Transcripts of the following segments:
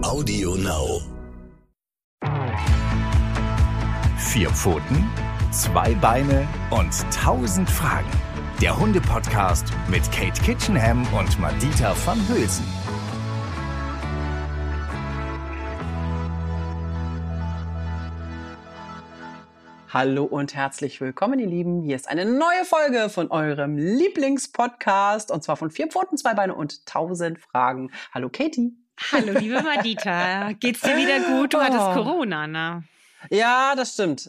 Audio Now. 4 Pfoten, 2 Beine und 1000 Fragen. Der Hunde-Podcast mit Kate Kitchenham und Madita van Hülsen. Hallo und herzlich willkommen, ihr Lieben. Hier ist eine neue Folge von eurem Lieblingspodcast. Und zwar von 4 Pfoten, 2 Beine und 1000 Fragen. Hallo, Katie. Hallo, liebe Madita. Geht's dir wieder gut? Du hattest Corona, ne? Ja, das stimmt.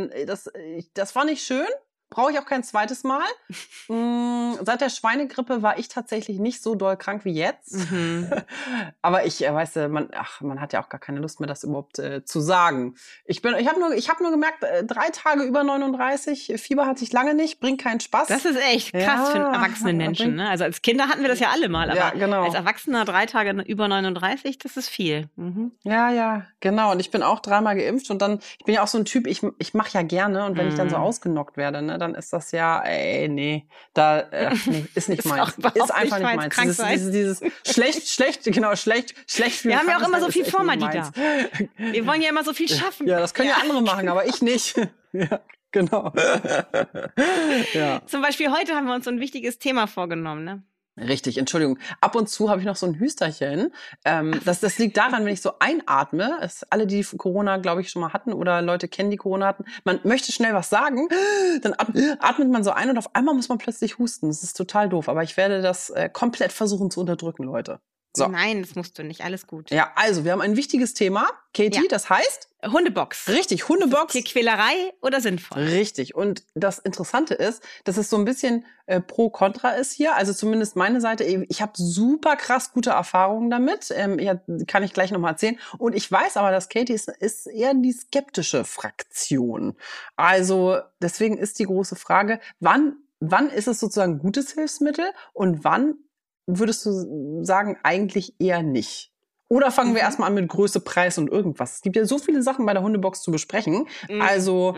Das war nicht schön. Brauche ich auch kein zweites Mal. Seit der Schweinegrippe war ich tatsächlich nicht so doll krank wie jetzt. Aber ich, weißt du, man hat ja auch gar keine Lust mehr, das überhaupt zu sagen. Ich habe nur gemerkt, 3 Tage über 39, Fieber hatte ich lange nicht, bringt keinen Spaß. Das ist echt krass für einen erwachsenen Menschen. Ne? Also als Kinder hatten wir das ja alle mal, aber ja, genau. Als Erwachsener 3 Tage über 39, das ist viel. Ja, genau. Und ich bin auch 3-mal geimpft und dann, ich bin ja auch so ein Typ, ich mache ja gerne und wenn ich dann so ausgenockt werde, ne, dann ist das ja, nee, nee, ist nicht meins. Ist einfach nicht meins. Dieses schlecht fühlen. Wir haben ja auch immer so viel vor, Madita. Wir wollen ja immer so viel schaffen. Ja, das können ja andere machen, aber ich nicht. Ja, genau. Ja. Zum Beispiel heute haben wir uns so ein wichtiges Thema vorgenommen, ne? Richtig, Entschuldigung. Ab und zu habe ich noch so ein Hüsterchen. Das liegt daran, wenn ich so einatme, alle, die Corona, glaube ich, schon mal hatten oder Leute kennen, die Corona hatten, man möchte schnell was sagen, dann atmet man so ein und auf einmal muss man plötzlich husten. Das ist total doof, aber ich werde das komplett versuchen zu unterdrücken, Leute. So. Nein, das musst du nicht. Alles gut. Ja, also wir haben ein wichtiges Thema, Katie, das heißt? Hundebox. Richtig, Hundebox. Tierquälerei oder sinnvoll? Richtig. Und das Interessante ist, dass es so ein bisschen pro-kontra ist hier. Also zumindest meine Seite. Ich habe super krass gute Erfahrungen damit. Kann ich gleich nochmal erzählen. Und ich weiß aber, dass Katie ist eher die skeptische Fraktion. Also deswegen ist die große Frage, wann ist es sozusagen ein gutes Hilfsmittel und wann würdest du sagen, eigentlich eher nicht? Oder fangen wir erstmal an mit Größe, Preis und irgendwas. Es gibt ja so viele Sachen bei der Hundebox zu besprechen. Also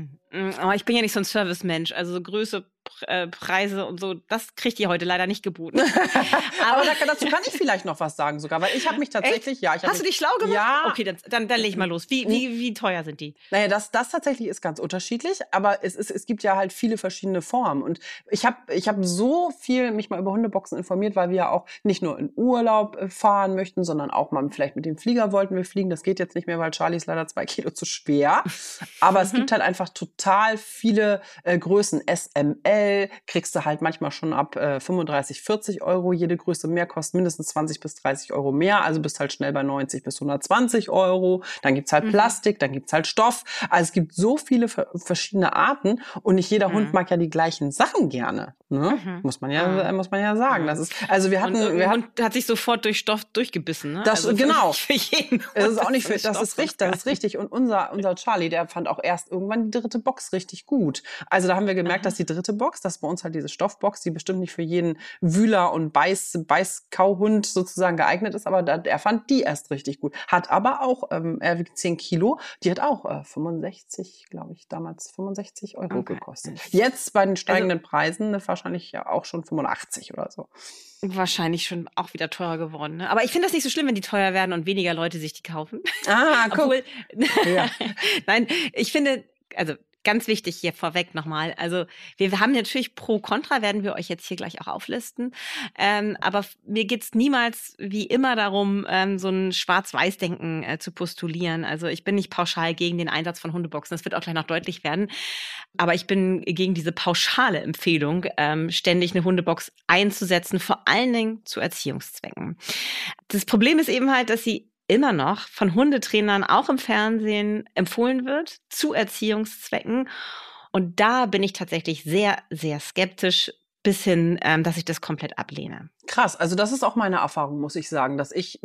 Oh, ich bin ja nicht so ein Servicemensch. Also so Größe, Preise und so, das kriegt ihr heute leider nicht geboten. Aber dazu kann ich vielleicht noch was sagen sogar, weil ich habe mich tatsächlich, Hast du dich schlau gemacht? Ja. Okay, dann leg ich mal los. Wie teuer sind die? Naja, das tatsächlich ist ganz unterschiedlich, aber es gibt ja halt viele verschiedene Formen. Und ich hab so viel mich mal über Hundeboxen informiert, weil wir ja auch nicht nur in Urlaub fahren möchten, sondern auch mal vielleicht mit dem Flieger wollten wir fliegen. Das geht jetzt nicht mehr, weil Charlie ist leider 2 Kilo zu schwer. Aber es gibt halt einfach total viele Größen. SML kriegst du halt manchmal schon ab 35, 40 Euro. Jede Größe mehr kostet mindestens 20 bis 30 Euro mehr. Also bist halt schnell bei 90 bis 120 Euro. Dann gibt's halt Plastik, dann gibt's halt Stoff. Also es gibt so viele verschiedene Arten und nicht jeder Hund mag ja die gleichen Sachen gerne. Ne? Muss man ja sagen. Das ist, also wir Hund hat sich sofort durch Stoff durchgebissen. Ne? Das, also genau. Für jeden Hund das ist auch nicht das ist richtig. Und unser Charlie, der fand auch erst irgendwann die 3. Box richtig gut. Also da haben wir gemerkt, dass die 3. Box, das ist bei uns halt diese Stoffbox, die bestimmt nicht für jeden Wühler und Beißkauhund sozusagen geeignet ist, aber er fand die erst richtig gut. Hat aber auch, er wiegt 10 Kilo, die hat auch 65, glaube ich, damals 65 Euro gekostet. Jetzt bei den steigenden Preisen wahrscheinlich ja auch schon 85 oder so. Wahrscheinlich schon auch wieder teurer geworden. Ne? Aber ich finde das nicht so schlimm, wenn die teuer werden und weniger Leute sich die kaufen. Guck. Ja. Nein, ich finde, also ganz wichtig hier vorweg nochmal. Also wir haben natürlich pro Kontra, werden wir euch jetzt hier gleich auch auflisten. Aber mir geht's niemals wie immer darum, so ein Schwarz-Weiß-Denken zu postulieren. Also ich bin nicht pauschal gegen den Einsatz von Hundeboxen. Das wird auch gleich noch deutlich werden. Aber ich bin gegen diese pauschale Empfehlung, ständig eine Hundebox einzusetzen, vor allen Dingen zu Erziehungszwecken. Das Problem ist eben halt, dass sie immer noch von Hundetrainern auch im Fernsehen empfohlen wird zu Erziehungszwecken. Und da bin ich tatsächlich sehr, sehr skeptisch, bis hin, dass ich das komplett ablehne. Krass, also das ist auch meine Erfahrung, muss ich sagen, dass ich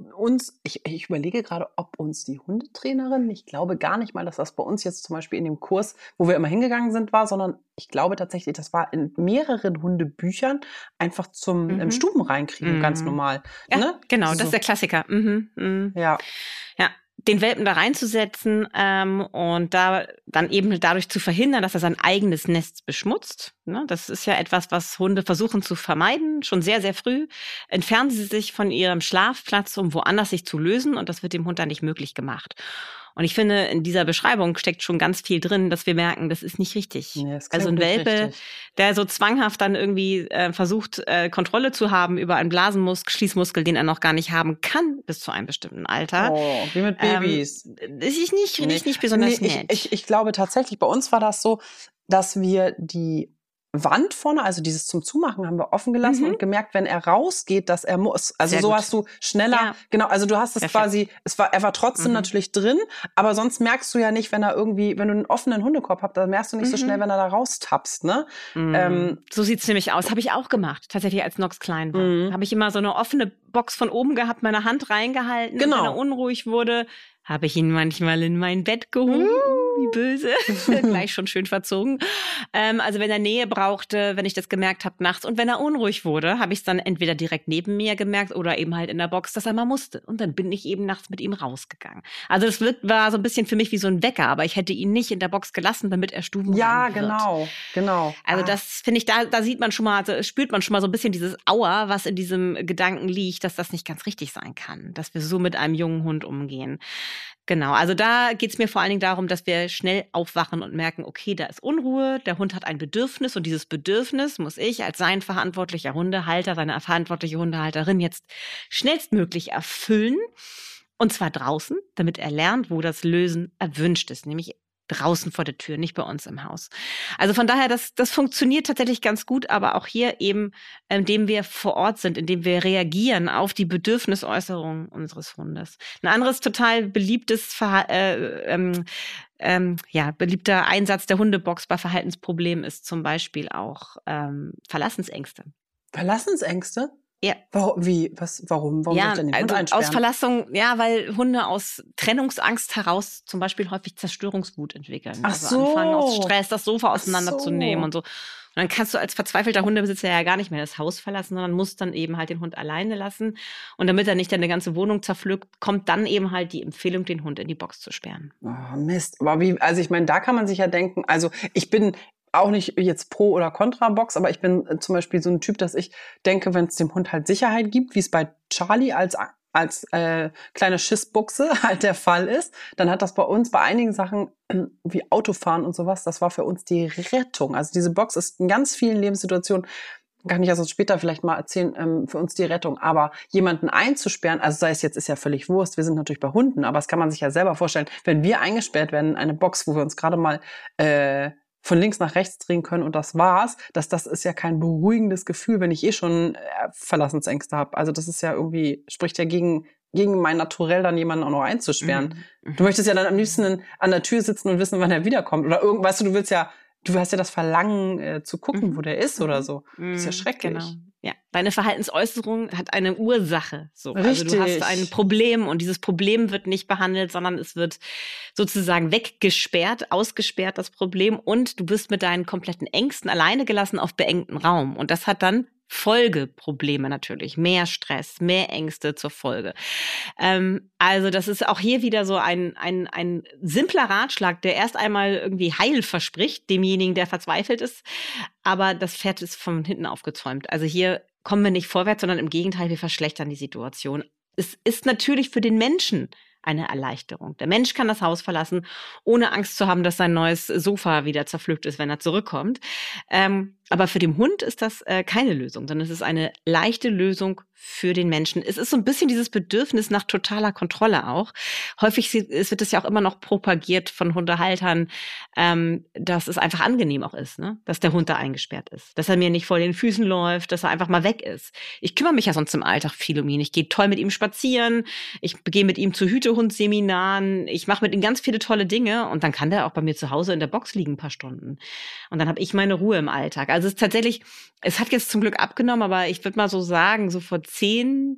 überlege gerade, ob uns die Hundetrainerin, ich glaube gar nicht mal, dass das bei uns jetzt zum Beispiel in dem Kurs, wo wir immer hingegangen sind, war, sondern ich glaube tatsächlich, das war in mehreren Hundebüchern einfach zum Stuben reinkriegen, ganz normal. Ja, ne? genau, so. das ist der Klassiker. Ja. Ja. den Welpen da reinzusetzen und da dann eben dadurch zu verhindern, dass er sein eigenes Nest beschmutzt. Ne? Das ist ja etwas, was Hunde versuchen zu vermeiden. Schon sehr, sehr früh entfernen sie sich von ihrem Schlafplatz, um woanders sich zu lösen. Und das wird dem Hund dann nicht möglich gemacht. Und ich finde, in dieser Beschreibung steckt schon ganz viel drin, dass wir merken, das ist nicht richtig. Nee, also ein Welpe, der so zwanghaft dann irgendwie versucht, Kontrolle zu haben über einen Schließmuskel, den er noch gar nicht haben kann bis zu einem bestimmten Alter. Oh, wie mit Babys. Finde ich nicht besonders nett. Ich glaube tatsächlich, bei uns war das so, dass wir die Wand vorne, also dieses zum Zumachen, haben wir offen gelassen und gemerkt, wenn er rausgeht, dass er muss. Also Sehr so gut. hast du schneller, genau, also du hast es quasi, er war trotzdem natürlich drin, aber sonst merkst du ja nicht, wenn er irgendwie, wenn du einen offenen Hundekorb hast, dann merkst du nicht so schnell, wenn er da raustappst, ne? So sieht's nämlich aus. Habe ich auch gemacht, tatsächlich als Nox klein war. Habe ich immer so eine offene Box von oben gehabt, meine Hand reingehalten. Genau. Und wenn er unruhig wurde, habe ich ihn manchmal in mein Bett gehoben. Wie böse. Gleich schon schön verzogen. Also wenn er Nähe brauchte, wenn ich das gemerkt habe nachts und wenn er unruhig wurde, habe ich es dann entweder direkt neben mir gemerkt oder eben halt in der Box, dass er mal musste. Und dann bin ich eben nachts mit ihm rausgegangen. Also das war so ein bisschen für mich wie so ein Wecker, aber ich hätte ihn nicht in der Box gelassen, damit er stubenrein wird. Genau. Also das finde ich, da sieht man schon mal, spürt man schon mal so ein bisschen dieses Aua, was in diesem Gedanken liegt, dass das nicht ganz richtig sein kann, dass wir so mit einem jungen Hund umgehen. Genau, also da geht's mir vor allen Dingen darum, dass wir schnell aufwachen und merken, okay, da ist Unruhe, der Hund hat ein Bedürfnis und dieses Bedürfnis muss ich als sein verantwortlicher Hundehalter, seine verantwortliche Hundehalterin jetzt schnellstmöglich erfüllen. Und zwar draußen, damit er lernt, wo das Lösen erwünscht ist, nämlich draußen vor der Tür, nicht bei uns im Haus. Also von daher, das funktioniert tatsächlich ganz gut, aber auch hier eben, indem wir vor Ort sind, indem wir reagieren auf die Bedürfnisäußerungen unseres Hundes. Ein anderes total beliebtes beliebter Einsatz der Hundebox bei Verhaltensproblemen ist zum Beispiel auch Verlassensängste. Verlassensängste? Ja. Warum? Warum ja, den Hund also einsperren? aus Verlassung, ja, weil Hunde aus Trennungsangst heraus zum Beispiel häufig Zerstörungswut entwickeln. Ach also so. anfangen aus Stress das Sofa auseinanderzunehmen und so. Und dann kannst du als verzweifelter Hundebesitzer ja gar nicht mehr das Haus verlassen, sondern musst dann eben halt den Hund alleine lassen. Und damit er nicht deine ganze Wohnung zerpflückt, kommt dann eben halt die Empfehlung, den Hund in die Box zu sperren. Oh, Mist. Aber also ich meine, da kann man sich ja denken, also ich bin auch nicht jetzt pro oder contra Box, aber ich bin zum Beispiel so ein Typ, dass ich denke, wenn es dem Hund halt Sicherheit gibt, wie es bei Charlie als kleine Schissbuchse halt der Fall ist, dann hat das bei uns bei einigen Sachen wie Autofahren und sowas, das war für uns die Rettung. Also diese Box ist in ganz vielen Lebenssituationen, kann ich also später vielleicht mal erzählen, für uns die Rettung. Aber jemanden einzusperren, also sei es jetzt, ist ja völlig Wurst, wir sind natürlich bei Hunden, aber das kann man sich ja selber vorstellen, wenn wir eingesperrt werden in eine Box, wo wir uns gerade mal von links nach rechts drehen können und das war's, das ist ja kein beruhigendes Gefühl, wenn ich schon Verlassensängste habe. Also das ist ja irgendwie, spricht ja gegen mein Naturell, dann jemanden auch noch einzusperren. Du möchtest ja dann am liebsten an der Tür sitzen und wissen, wann er wiederkommt. Oder weißt du, du hast ja das Verlangen zu gucken, wo der ist oder so. Das ist ja schrecklich. Genau. Ja, deine Verhaltensäußerung hat eine Ursache. So. Richtig. Also du hast ein Problem und dieses Problem wird nicht behandelt, sondern es wird sozusagen weggesperrt, ausgesperrt, das Problem. Und du bist mit deinen kompletten Ängsten alleine gelassen auf beengten Raum. Und das hat dann Folgeprobleme natürlich. Mehr Stress, mehr Ängste zur Folge. Also das ist auch hier wieder so ein simpler Ratschlag, der erst einmal irgendwie Heil verspricht, demjenigen, der verzweifelt ist. Aber das Pferd ist von hinten aufgezäumt. Also hier kommen wir nicht vorwärts, sondern im Gegenteil, wir verschlechtern die Situation. Es ist natürlich für den Menschen eine Erleichterung. Der Mensch kann das Haus verlassen, ohne Angst zu haben, dass sein neues Sofa wieder zerpflückt ist, wenn er zurückkommt. Aber für den Hund ist das keine Lösung, sondern es ist eine leichte Lösung für den Menschen. Es ist so ein bisschen dieses Bedürfnis nach totaler Kontrolle auch. Häufig wird es ja auch immer noch propagiert von Hundehaltern, dass es einfach angenehm auch ist, ne? Dass der Hund da eingesperrt ist, dass er mir nicht vor den Füßen läuft, dass er einfach mal weg ist. Ich kümmere mich ja sonst im Alltag viel um ihn. Ich gehe toll mit ihm spazieren, ich gehe mit ihm zu Hütehundseminaren, ich mache mit ihm ganz viele tolle Dinge und dann kann der auch bei mir zu Hause in der Box liegen ein paar Stunden. Und dann habe ich meine Ruhe im Alltag. Also es ist tatsächlich, es hat jetzt zum Glück abgenommen, aber ich würde mal so sagen, so vor 10,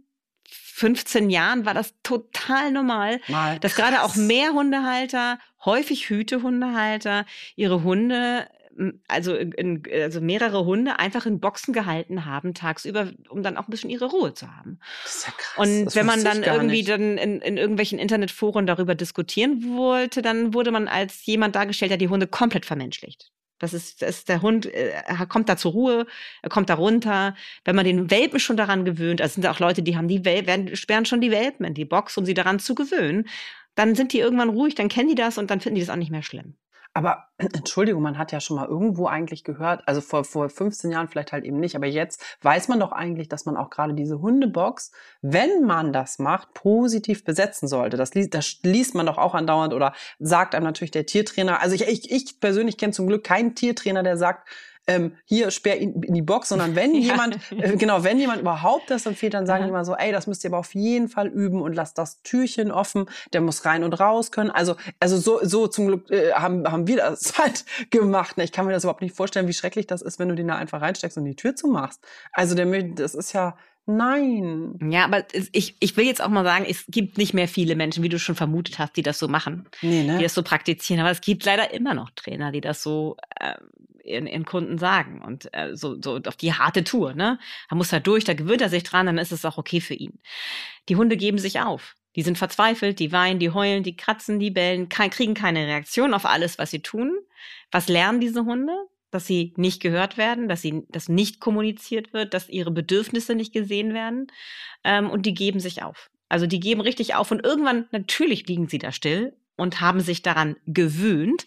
15 Jahren war das total normal, dass gerade auch mehr Hundehalter, häufig Hütehundehalter, ihre Hunde also mehrere Hunde einfach in Boxen gehalten haben tagsüber, um dann auch ein bisschen ihre Ruhe zu haben. Das ist ja krass. Und wenn man dann irgendwie dann in irgendwelchen Internetforen darüber diskutieren wollte, dann wurde man als jemand dargestellt, der die Hunde komplett vermenschlicht. Das ist der Hund, er kommt da zur Ruhe, er kommt da runter. Wenn man den Welpen schon daran gewöhnt, also sind da auch Leute, die haben sperren schon die Welpen in die Box, um sie daran zu gewöhnen, dann sind die irgendwann ruhig, dann kennen die das und dann finden die das auch nicht mehr schlimm. Aber Entschuldigung, man hat ja schon mal irgendwo eigentlich gehört, also vor 15 Jahren vielleicht halt eben nicht, aber jetzt weiß man doch eigentlich, dass man auch gerade diese Hundebox, wenn man das macht, positiv besetzen sollte. Das liest man doch auch andauernd oder sagt einem natürlich der Tiertrainer. Also ich persönlich kenne zum Glück keinen Tiertrainer, der sagt, hier sperr ihn in die Box, sondern wenn jemand, wenn jemand überhaupt das empfiehlt, dann sagen die immer so, ey, das müsst ihr aber auf jeden Fall üben und lasst das Türchen offen, der muss rein und raus können. Also so zum Glück haben wir das halt gemacht. Ne? Ich kann mir das überhaupt nicht vorstellen, wie schrecklich das ist, wenn du den da einfach reinsteckst und die Tür zumachst. Also das ist ja, nein. Ja, aber ich will jetzt auch mal sagen, es gibt nicht mehr viele Menschen, wie du schon vermutet hast, die das so machen, die das so praktizieren. Aber es gibt leider immer noch Trainer, die das so ihren Kunden sagen und so auf die harte Tour. Ne? Er muss da durch, da gewöhnt er sich dran, dann ist es auch okay für ihn. Die Hunde geben sich auf. Die sind verzweifelt, die weinen, die heulen, die kratzen, die bellen, kriegen keine Reaktion auf alles, was sie tun. Was lernen diese Hunde? Dass sie nicht gehört werden, dass nicht kommuniziert wird, dass ihre Bedürfnisse nicht gesehen werden. Und die geben sich auf. Also die geben richtig auf und irgendwann, natürlich liegen sie da still und haben sich daran gewöhnt.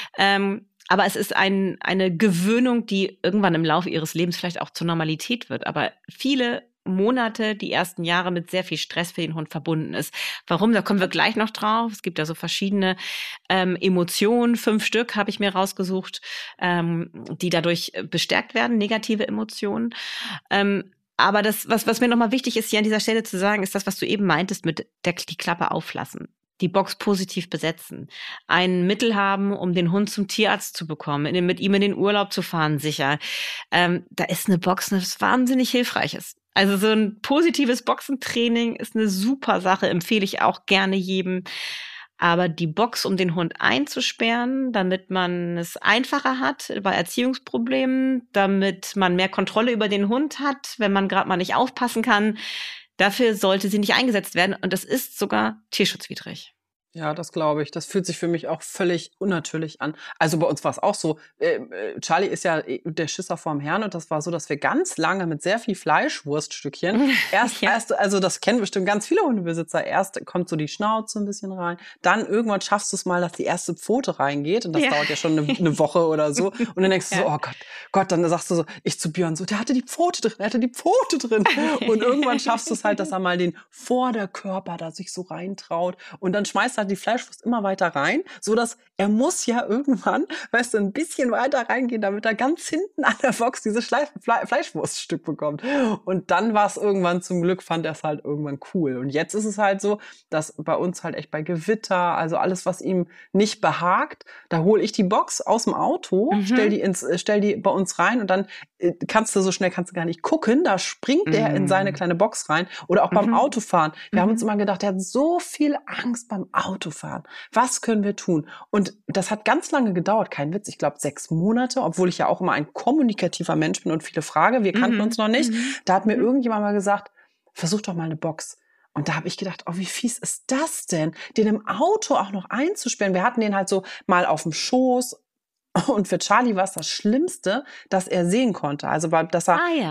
Aber es ist eine Gewöhnung, die irgendwann im Laufe ihres Lebens vielleicht auch zur Normalität wird. Aber viele Monate, die ersten Jahre mit sehr viel Stress für den Hund verbunden ist. Warum? Da kommen wir gleich noch drauf. Es gibt ja so verschiedene Emotionen, 5 Stück habe ich mir rausgesucht, die dadurch bestärkt werden, negative Emotionen. Aber das, was mir nochmal wichtig ist, hier an dieser Stelle zu sagen, ist das, was du eben meintest mit die Klappe auflassen. Die Box positiv besetzen, ein Mittel haben, um den Hund zum Tierarzt zu bekommen, mit ihm in den Urlaub zu fahren, sicher. Da ist eine Box was wahnsinnig Hilfreiches. Also so ein positives Boxentraining ist eine super Sache, empfehle ich auch gerne jedem. Aber die Box, um den Hund einzusperren, damit man es einfacher hat bei Erziehungsproblemen, damit man mehr Kontrolle über den Hund hat, wenn man gerade mal nicht aufpassen kann, dafür sollte sie nicht eingesetzt werden. Und das ist sogar tierschutzwidrig. Ja, das glaube ich. Das fühlt sich für mich auch völlig unnatürlich an. Also bei uns war es auch so. Charlie ist ja der Schisser vorm Herrn und das war so, dass wir ganz lange mit sehr viel Fleischwurststückchen also das kennen bestimmt ganz viele Hundebesitzer. Erst kommt so die Schnauze ein bisschen rein, dann irgendwann schaffst du es mal, dass die erste Pfote reingeht und das dauert ja schon eine Woche oder so. Und dann denkst du so, oh Gott, dann sagst du so, ich zu Björn so, der hatte die Pfote drin. Und irgendwann schaffst du es halt, dass er mal den Vorderkörper da sich so reintraut und dann schmeißt er die Fleischwurst immer weiter rein, so dass er muss ja irgendwann, weißt du, ein bisschen weiter reingehen, damit er ganz hinten an der Box dieses Fleischwurststück bekommt. Und dann war es irgendwann, zum Glück fand er es halt irgendwann cool. Und jetzt ist es halt so, dass bei uns halt echt bei Gewitter, also alles, was ihm nicht behagt, da hole ich die Box aus dem Auto, stell die bei uns rein und dann kannst du gar nicht gucken, da springt er in seine kleine Box rein. Oder auch beim Autofahren. Wir haben uns immer gedacht, der hat so viel Angst beim Autofahren. Was können wir tun? Und das hat ganz lange gedauert, kein Witz, ich glaube 6 Monate, obwohl ich ja auch immer ein kommunikativer Mensch bin und viele frage, wir kannten uns noch nicht. Da hat mir irgendjemand mal gesagt, versuch doch mal eine Box. Und da habe ich gedacht, oh, wie fies ist das denn, den im Auto auch noch einzusperren? Wir hatten den halt so mal auf dem Schoß. Und für Charlie war es das Schlimmste, dass er sehen konnte. Also, das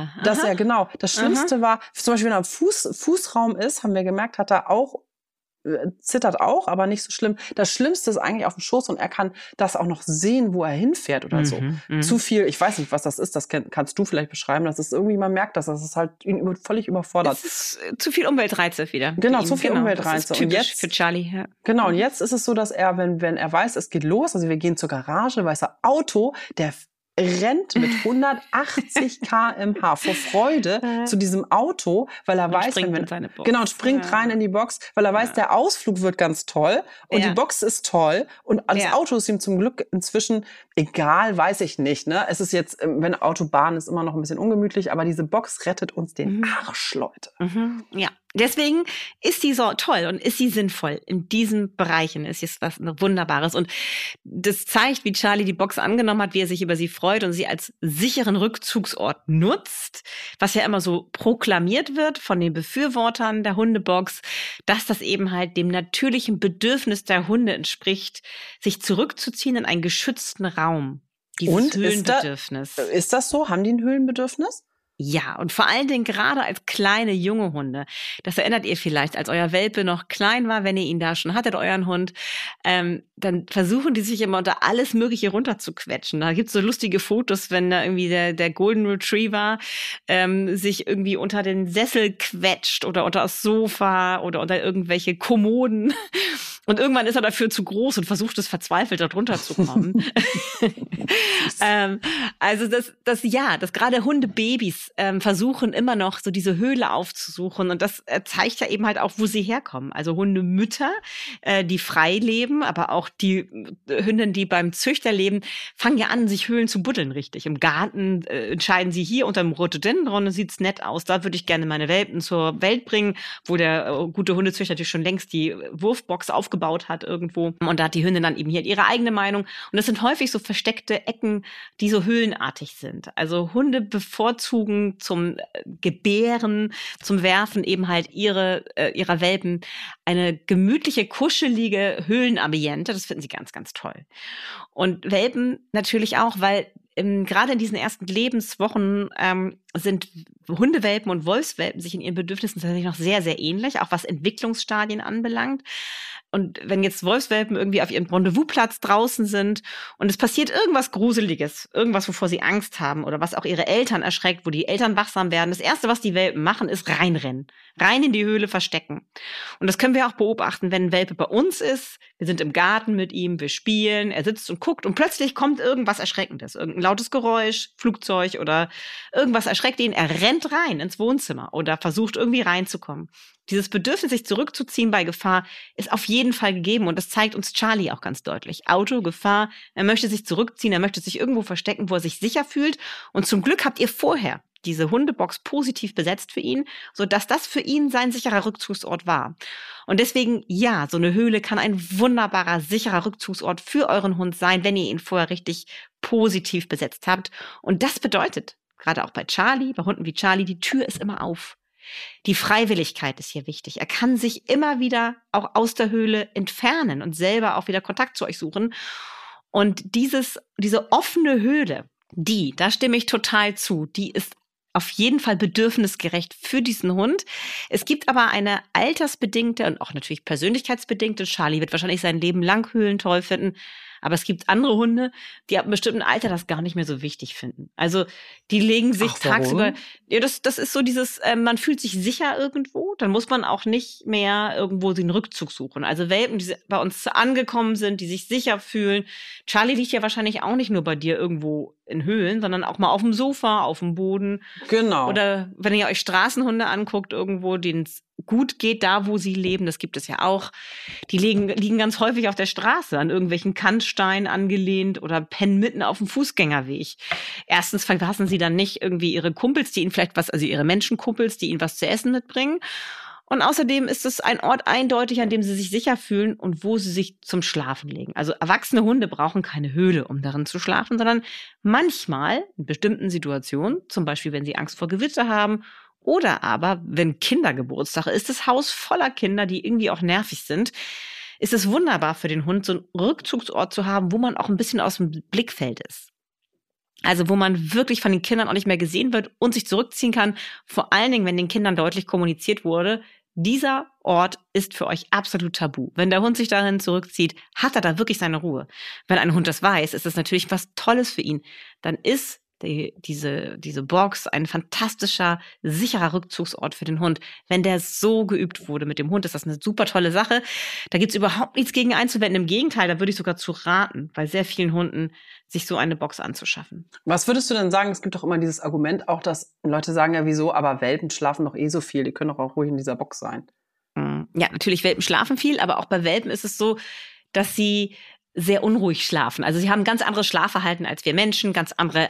Schlimmste war, zum Beispiel, wenn er im Fußraum ist, haben wir gemerkt, hat er auch, zittert auch, aber nicht so schlimm. Das Schlimmste ist eigentlich auf dem Schoß und er kann das auch noch sehen, wo er hinfährt oder so. Zu viel, ich weiß nicht, was das ist, das kannst du vielleicht beschreiben, das ist irgendwie, man merkt das ist halt ihn völlig überfordert. Es ist zu viel Umweltreize wieder. Genau, zu viel Umweltreize. Das ist typisch und jetzt, für Charlie. Ja. Genau, und jetzt ist es so, dass er, wenn er weiß, es geht los, also wir gehen zur Garage, weiß er, Auto, der rennt mit 180 km/h vor Freude zu diesem Auto, weil er weiß, und springt rein in die Box, weil er weiß, der Ausflug wird ganz toll und die Box ist toll und das Auto ist ihm zum Glück inzwischen egal, weiß ich nicht. Ne? Es ist jetzt, wenn Autobahn ist immer noch ein bisschen ungemütlich, aber diese Box rettet uns den Arsch, Leute. Ja, Deswegen ist sie so toll und ist sie sinnvoll in diesen Bereichen. Ist jetzt was Wunderbares. Und das zeigt, wie Charlie die Box angenommen hat, wie er sich über sie freut und sie als sicheren Rückzugsort nutzt, was ja immer so proklamiert wird von den Befürwortern der Hundebox, dass das eben halt dem natürlichen Bedürfnis der Hunde entspricht, sich zurückzuziehen in einen geschützten Raum. Dieses Höhlenbedürfnis. Ist das so? Haben die ein Höhlenbedürfnis? Ja, und vor allen Dingen gerade als kleine, junge Hunde. Das erinnert ihr vielleicht, als euer Welpe noch klein war, wenn ihr ihn da schon hattet, euren Hund, dann versuchen die sich immer unter alles Mögliche runterzuquetschen. Da gibt's so lustige Fotos, wenn da irgendwie der Golden Retriever sich irgendwie unter den Sessel quetscht oder unter das Sofa oder unter irgendwelche Kommoden. Und irgendwann ist er dafür zu groß und versucht es verzweifelt, da drunter zu kommen. Also das gerade Hundebabys versuchen immer noch so diese Höhle aufzusuchen. Und das zeigt ja eben halt auch, wo sie herkommen. Also Hundemütter, die frei leben, aber auch die Hündinnen, die beim Züchter leben, fangen ja an, sich Höhlen zu buddeln, richtig. Im Garten entscheiden sie, hier unter dem Rhododendron sieht's nett aus. Da würde ich gerne meine Welpen zur Welt bringen, wo der gute Hundezüchter natürlich schon längst die Wurfbox aufgebaut hat irgendwo. Und da hat die Hündin dann eben hier ihre eigene Meinung. Und das sind häufig so versteckte Ecken, die so höhlenartig sind. Also Hunde bevorzugen zum Gebären, zum Werfen eben halt ihrer Welpen eine gemütliche, kuschelige Höhlenambiente. Das finden sie ganz, ganz toll. Und Welpen natürlich auch, weil gerade in diesen ersten Lebenswochen sind Hundewelpen und Wolfswelpen sich in ihren Bedürfnissen tatsächlich noch sehr, sehr ähnlich, auch was Entwicklungsstadien anbelangt. Und wenn jetzt Wolfswelpen irgendwie auf ihrem Rendezvousplatz draußen sind und es passiert irgendwas Gruseliges, irgendwas, wovor sie Angst haben oder was auch ihre Eltern erschreckt, wo die Eltern wachsam werden, das Erste, was die Welpen machen, ist reinrennen. Rein in die Höhle verstecken. Und das können wir auch beobachten, wenn ein Welpe bei uns ist. Wir sind im Garten mit ihm, wir spielen, er sitzt und guckt und plötzlich kommt irgendwas Erschreckendes. Irgendein lautes Geräusch, Flugzeug oder irgendwas erschreckt ihn. Er rennt rein ins Wohnzimmer oder versucht irgendwie reinzukommen. Dieses Bedürfnis, sich zurückzuziehen bei Gefahr, ist auf jeden Fall gegeben. Und das zeigt uns Charlie auch ganz deutlich. Auto, Gefahr, er möchte sich zurückziehen, er möchte sich irgendwo verstecken, wo er sich sicher fühlt. Und zum Glück habt ihr vorher diese Hundebox positiv besetzt für ihn, sodass das für ihn sein sicherer Rückzugsort war. Und deswegen, ja, so eine Höhle kann ein wunderbarer, sicherer Rückzugsort für euren Hund sein, wenn ihr ihn vorher richtig positiv besetzt habt. Und das bedeutet, gerade auch bei Charlie, bei Hunden wie Charlie, die Tür ist immer auf. Die Freiwilligkeit ist hier wichtig. Er kann sich immer wieder auch aus der Höhle entfernen und selber auch wieder Kontakt zu euch suchen. Und diese offene Höhle, da stimme ich total zu, die ist auf jeden Fall bedürfnisgerecht für diesen Hund. Es gibt aber eine altersbedingte und auch natürlich persönlichkeitsbedingte, Charlie wird wahrscheinlich sein Leben lang Höhlen toll finden, aber es gibt andere Hunde, die ab einem bestimmten Alter das gar nicht mehr so wichtig finden. Also die legen sich tagsüber, ja, das ist so dieses, man fühlt sich sicher irgendwo, dann muss man auch nicht mehr irgendwo den Rückzug suchen. Also Welpen, die bei uns angekommen sind, die sich sicher fühlen. Charlie liegt ja wahrscheinlich auch nicht nur bei dir irgendwo in Höhlen, sondern auch mal auf dem Sofa, auf dem Boden. Genau. Oder wenn ihr euch Straßenhunde anguckt, irgendwo, denen es gut geht, da wo sie leben, das gibt es ja auch. Die liegen ganz häufig auf der Straße, an irgendwelchen Kantsteinen angelehnt oder pennen mitten auf dem Fußgängerweg. Erstens verpassen sie dann nicht irgendwie ihre Kumpels, die ihnen vielleicht also ihre Menschenkumpels, die ihnen was zu essen mitbringen. Und außerdem ist es ein Ort eindeutig, an dem sie sich sicher fühlen und wo sie sich zum Schlafen legen. Also erwachsene Hunde brauchen keine Höhle, um darin zu schlafen, sondern manchmal in bestimmten Situationen, zum Beispiel wenn sie Angst vor Gewitter haben oder aber wenn Kindergeburtstag ist, das Haus voller Kinder, die irgendwie auch nervig sind, ist es wunderbar für den Hund, so einen Rückzugsort zu haben, wo man auch ein bisschen aus dem Blickfeld ist. Also wo man wirklich von den Kindern auch nicht mehr gesehen wird und sich zurückziehen kann. Vor allen Dingen, wenn den Kindern deutlich kommuniziert wurde, dieser Ort ist für euch absolut tabu. Wenn der Hund sich dahin zurückzieht, hat er da wirklich seine Ruhe. Wenn ein Hund das weiß, ist das natürlich was Tolles für ihn. Dann ist diese Box ein fantastischer, sicherer Rückzugsort für den Hund. Wenn der so geübt wurde mit dem Hund, ist das eine super tolle Sache. Da gibt's überhaupt nichts gegen einzuwenden. Im Gegenteil, da würde ich sogar zu raten, bei sehr vielen Hunden, sich so eine Box anzuschaffen. Was würdest du denn sagen? Es gibt doch immer dieses Argument auch, dass Leute sagen, ja wieso, aber Welpen schlafen doch eh so viel, die können doch auch ruhig in dieser Box sein. Ja, natürlich, Welpen schlafen viel, aber auch bei Welpen ist es so, dass sie sehr unruhig schlafen. Also sie haben ganz anderes Schlafverhalten als wir Menschen, ganz andere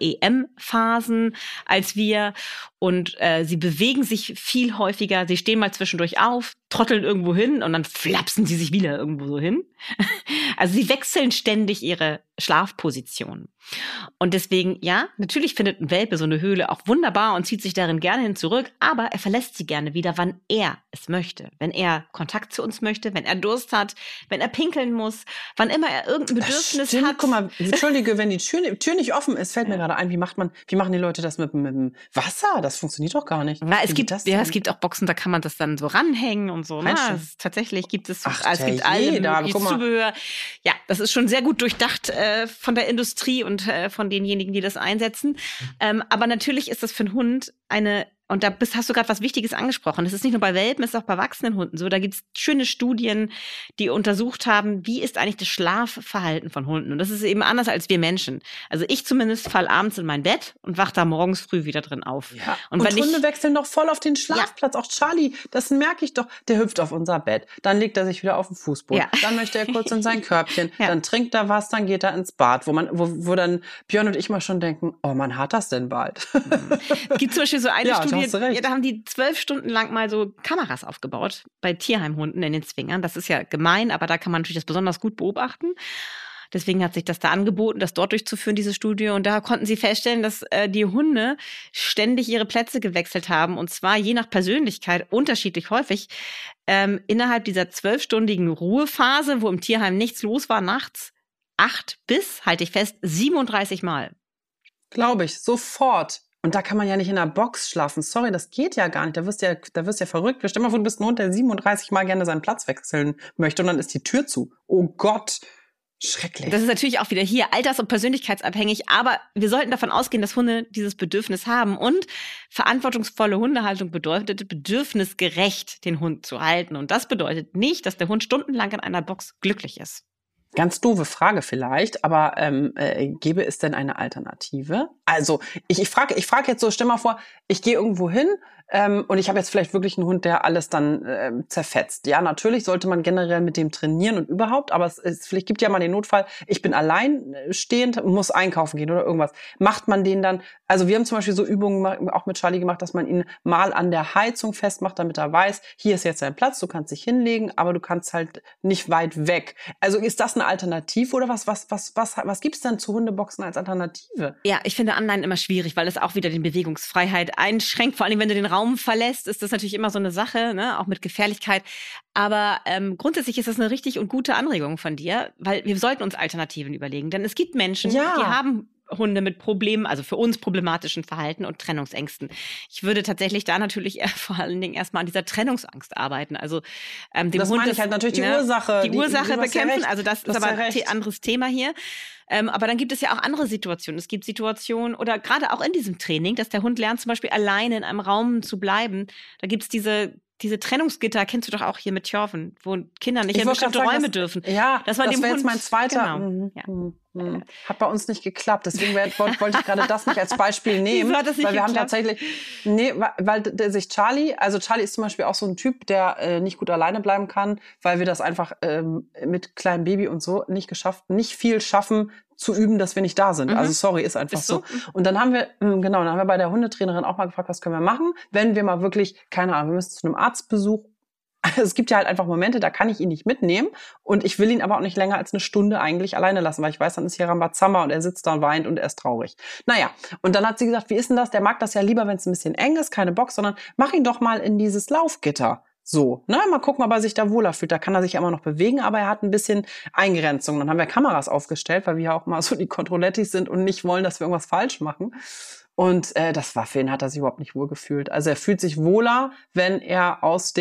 REM-Phasen als wir und sie bewegen sich viel häufiger. Sie stehen mal zwischendurch auf, trotteln irgendwo hin und dann flapsen sie sich wieder irgendwo so hin. Also sie wechseln ständig ihre Schlafposition. Und deswegen, ja, natürlich findet ein Welpe so eine Höhle auch wunderbar und zieht sich darin gerne hin zurück, aber er verlässt sie gerne wieder, wann er es möchte. Wenn er Kontakt zu uns möchte, wenn er Durst hat, wenn er pinkeln muss, wann immer er irgendein Bedürfnis hat. Guck mal, entschuldige, wenn die Tür nicht offen ist, fällt mir gerade ein, wie machen die Leute das mit dem Wasser? Das funktioniert doch gar nicht. Ja, es gibt auch Boxen, da kann man das dann so ranhängen und so. Tatsächlich gibt es, es gibt alle Zubehör. Ja, das ist schon sehr gut durchdacht von der Industrie und von denjenigen, die das einsetzen. Aber natürlich ist das für einen Hund und hast du gerade was Wichtiges angesprochen. Das ist nicht nur bei Welpen, es ist auch bei erwachsenen Hunden so. Da gibt es schöne Studien, die untersucht haben, wie ist eigentlich das Schlafverhalten von Hunden. Und das ist eben anders als wir Menschen. Also ich zumindest falle abends in mein Bett und wache da morgens früh wieder drin auf. Ja. Und Hunde wechseln doch voll auf den Schlafplatz. Ja. Auch Charlie, das merke ich doch. Der hüpft auf unser Bett. Dann legt er sich wieder auf den Fußboden. Ja. Dann möchte er kurz in sein Körbchen. Ja. Dann trinkt er was, dann geht er ins Bad. Wo dann Björn und ich mal schon denken, oh, man hat das denn bald. Es gibt zum Beispiel so eine Studie, da haben die 12 Stunden lang mal so Kameras aufgebaut bei Tierheimhunden in den Zwingern. Das ist ja gemein, aber da kann man natürlich das besonders gut beobachten. Deswegen hat sich das da angeboten, das dort durchzuführen, diese Studie. Und da konnten sie feststellen, dass die Hunde ständig ihre Plätze gewechselt haben. Und zwar je nach Persönlichkeit unterschiedlich häufig. Innerhalb dieser 12-stündigen Ruhephase, wo im Tierheim nichts los war, nachts 8 bis, halte ich fest, 37 Mal. Glaube ich, sofort. Und da kann man ja nicht in einer Box schlafen. Sorry, das geht ja gar nicht. Da wirst du ja verrückt. Stell dir mal vor, du bist ein Hund, der 37 Mal gerne seinen Platz wechseln möchte und dann ist die Tür zu. Oh Gott, schrecklich. Das ist natürlich auch wieder hier alters- und persönlichkeitsabhängig, aber wir sollten davon ausgehen, dass Hunde dieses Bedürfnis haben. Und verantwortungsvolle Hundehaltung bedeutet, bedürfnisgerecht den Hund zu halten. Und das bedeutet nicht, dass der Hund stundenlang in einer Box glücklich ist. Ganz doofe Frage vielleicht, aber gäbe es denn eine Alternative? Also ich frage jetzt so, stell mal vor, ich gehe irgendwo hin und ich habe jetzt vielleicht wirklich einen Hund, der alles dann zerfetzt. Ja, natürlich sollte man generell mit dem trainieren und überhaupt, aber vielleicht gibt ja mal den Notfall, ich bin alleinstehend, muss einkaufen gehen oder irgendwas. Macht man den dann, also wir haben zum Beispiel so Übungen auch mit Charlie gemacht, dass man ihn mal an der Heizung festmacht, damit er weiß, hier ist jetzt dein Platz, du kannst dich hinlegen, aber du kannst halt nicht weit weg. Also ist das eine Alternative oder was gibt's denn zu Hundeboxen als Alternative? Ja, ich finde Anleihen immer schwierig, weil es auch wieder die Bewegungsfreiheit einschränkt. Vor allem, wenn du den Raum verlässt, ist das natürlich immer so eine Sache, ne? Auch mit Gefährlichkeit. Aber grundsätzlich ist das eine richtig und gute Anregung von dir, weil wir sollten uns Alternativen überlegen. Denn es gibt Menschen, die haben Hunde mit Problemen, also für uns problematischen Verhalten und Trennungsängsten. Ich würde tatsächlich da natürlich vor allen Dingen erstmal an dieser Trennungsangst arbeiten. Also dem das Hund meine ich halt natürlich die Ursache. Die Ursache bekämpfen, also das ist aber ein anderes Thema hier. Aber dann gibt es ja auch andere Situationen. Es gibt Situationen oder gerade auch in diesem Training, dass der Hund lernt, zum Beispiel alleine in einem Raum zu bleiben. Da gibt es diese Trennungsgitter, kennst du doch auch hier mit Tjorven, wo Kinder nicht in bestimmte Räume dürfen. Ja, das wäre jetzt mein zweiter. Genau. Hat bei uns nicht geklappt. Deswegen wollte ich gerade das nicht als Beispiel nehmen. Weil wir haben tatsächlich, weil sich Charlie ist zum Beispiel auch so ein Typ, der nicht gut alleine bleiben kann, weil wir das einfach mit kleinem Baby und so nicht viel schaffen, zu üben, dass wir nicht da sind. Also sorry, ist einfach so. Und dann haben wir, bei der Hundetrainerin auch mal gefragt, was können wir machen, wenn wir mal wirklich, keine Ahnung, wir müssen zu einem Arztbesuch. Es gibt ja halt einfach Momente, da kann ich ihn nicht mitnehmen und ich will ihn aber auch nicht länger als eine Stunde eigentlich alleine lassen, weil ich weiß, dann ist hier Rambazamba und er sitzt da und weint und er ist traurig. Naja, und dann hat sie gesagt, wie ist denn das? Der mag das ja lieber, wenn es ein bisschen eng ist, keine Box, sondern mach ihn doch mal in dieses Laufgitter. So, ne, mal gucken, ob er sich da wohler fühlt. Da kann er sich ja immer noch bewegen, aber er hat ein bisschen Eingrenzung. Dann haben wir Kameras aufgestellt, weil wir ja auch mal so die Kontrollettis sind und nicht wollen, dass wir irgendwas falsch machen. Und das war für ihn, hat er sich überhaupt nicht wohl gefühlt. Also er fühlt sich wohler, wenn er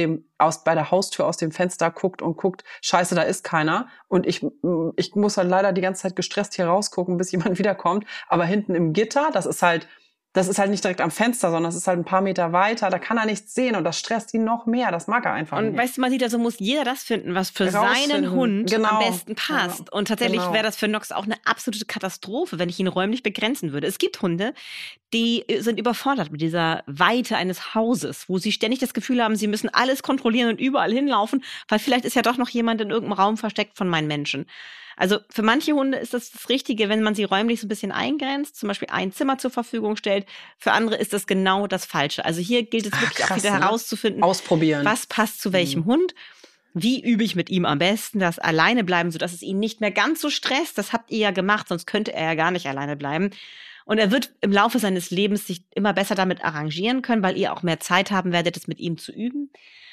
bei der Haustür aus dem Fenster guckt, scheiße, da ist keiner. Und ich muss halt leider die ganze Zeit gestresst hier rausgucken, bis jemand wiederkommt. Aber hinten im Gitter, das ist halt nicht direkt am Fenster, sondern das ist halt ein paar Meter weiter. Da kann er nichts sehen und das stresst ihn noch mehr. Das mag er einfach nicht. Und weißt du, man sieht, also muss jeder das finden, was für seinen Hund am besten passt. Genau. Und tatsächlich wäre das für Nox auch eine absolute Katastrophe, wenn ich ihn räumlich begrenzen würde. Es gibt Hunde, die sind überfordert mit dieser Weite eines Hauses, wo sie ständig das Gefühl haben, sie müssen alles kontrollieren und überall hinlaufen, weil vielleicht ist ja doch noch jemand in irgendeinem Raum versteckt von meinen Menschen. Also für manche Hunde ist das Richtige, wenn man sie räumlich so ein bisschen eingrenzt, zum Beispiel ein Zimmer zur Verfügung stellt. Für andere ist das genau das Falsche. Also hier gilt es wirklich auch wieder herauszufinden, ausprobieren, was passt zu welchem Hund. Wie übe ich mit ihm am besten das alleine bleiben, sodass es ihn nicht mehr ganz so stresst? Das habt ihr ja gemacht, sonst könnte er ja gar nicht alleine bleiben. Und er wird im Laufe seines Lebens sich immer besser damit arrangieren können, weil ihr auch mehr Zeit haben werdet, es mit ihm zu üben.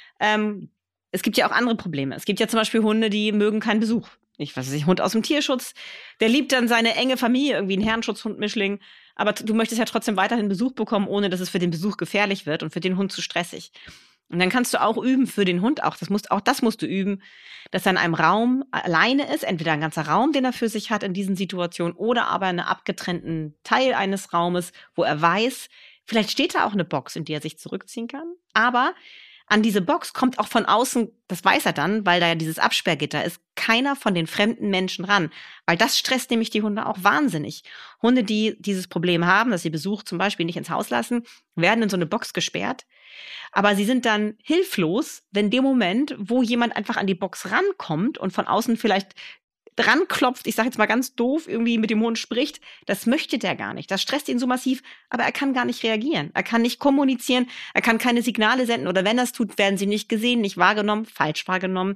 Es gibt ja auch andere Probleme. Es gibt ja zum Beispiel Hunde, die mögen keinen Besuch. Ich weiß nicht, Hund aus dem Tierschutz, der liebt dann seine enge Familie, irgendwie ein Herrenschutzhund-Mischling. Aber du möchtest ja trotzdem weiterhin Besuch bekommen, ohne dass es für den Besuch gefährlich wird und für den Hund zu stressig. Und dann kannst du auch üben für den Hund, auch das musst du üben, dass er in einem Raum alleine ist, entweder ein ganzer Raum, den er für sich hat in diesen Situationen, oder aber einen abgetrennten Teil eines Raumes, wo er weiß, vielleicht steht da auch eine Box, in die er sich zurückziehen kann, aber an diese Box kommt auch von außen, das weiß er dann, weil da ja dieses Absperrgitter ist, keiner von den fremden Menschen ran. Weil das stresst nämlich die Hunde auch wahnsinnig. Hunde, die dieses Problem haben, dass sie Besuch zum Beispiel nicht ins Haus lassen, werden in so eine Box gesperrt. Aber sie sind dann hilflos, wenn in dem Moment, wo jemand einfach an die Box rankommt und von außen vielleicht dran klopft, ich sage jetzt mal ganz doof, irgendwie mit dem Hund spricht, das möchte der gar nicht. Das stresst ihn so massiv, aber er kann gar nicht reagieren. Er kann nicht kommunizieren, er kann keine Signale senden oder wenn er es tut, werden sie nicht gesehen, nicht wahrgenommen, falsch wahrgenommen.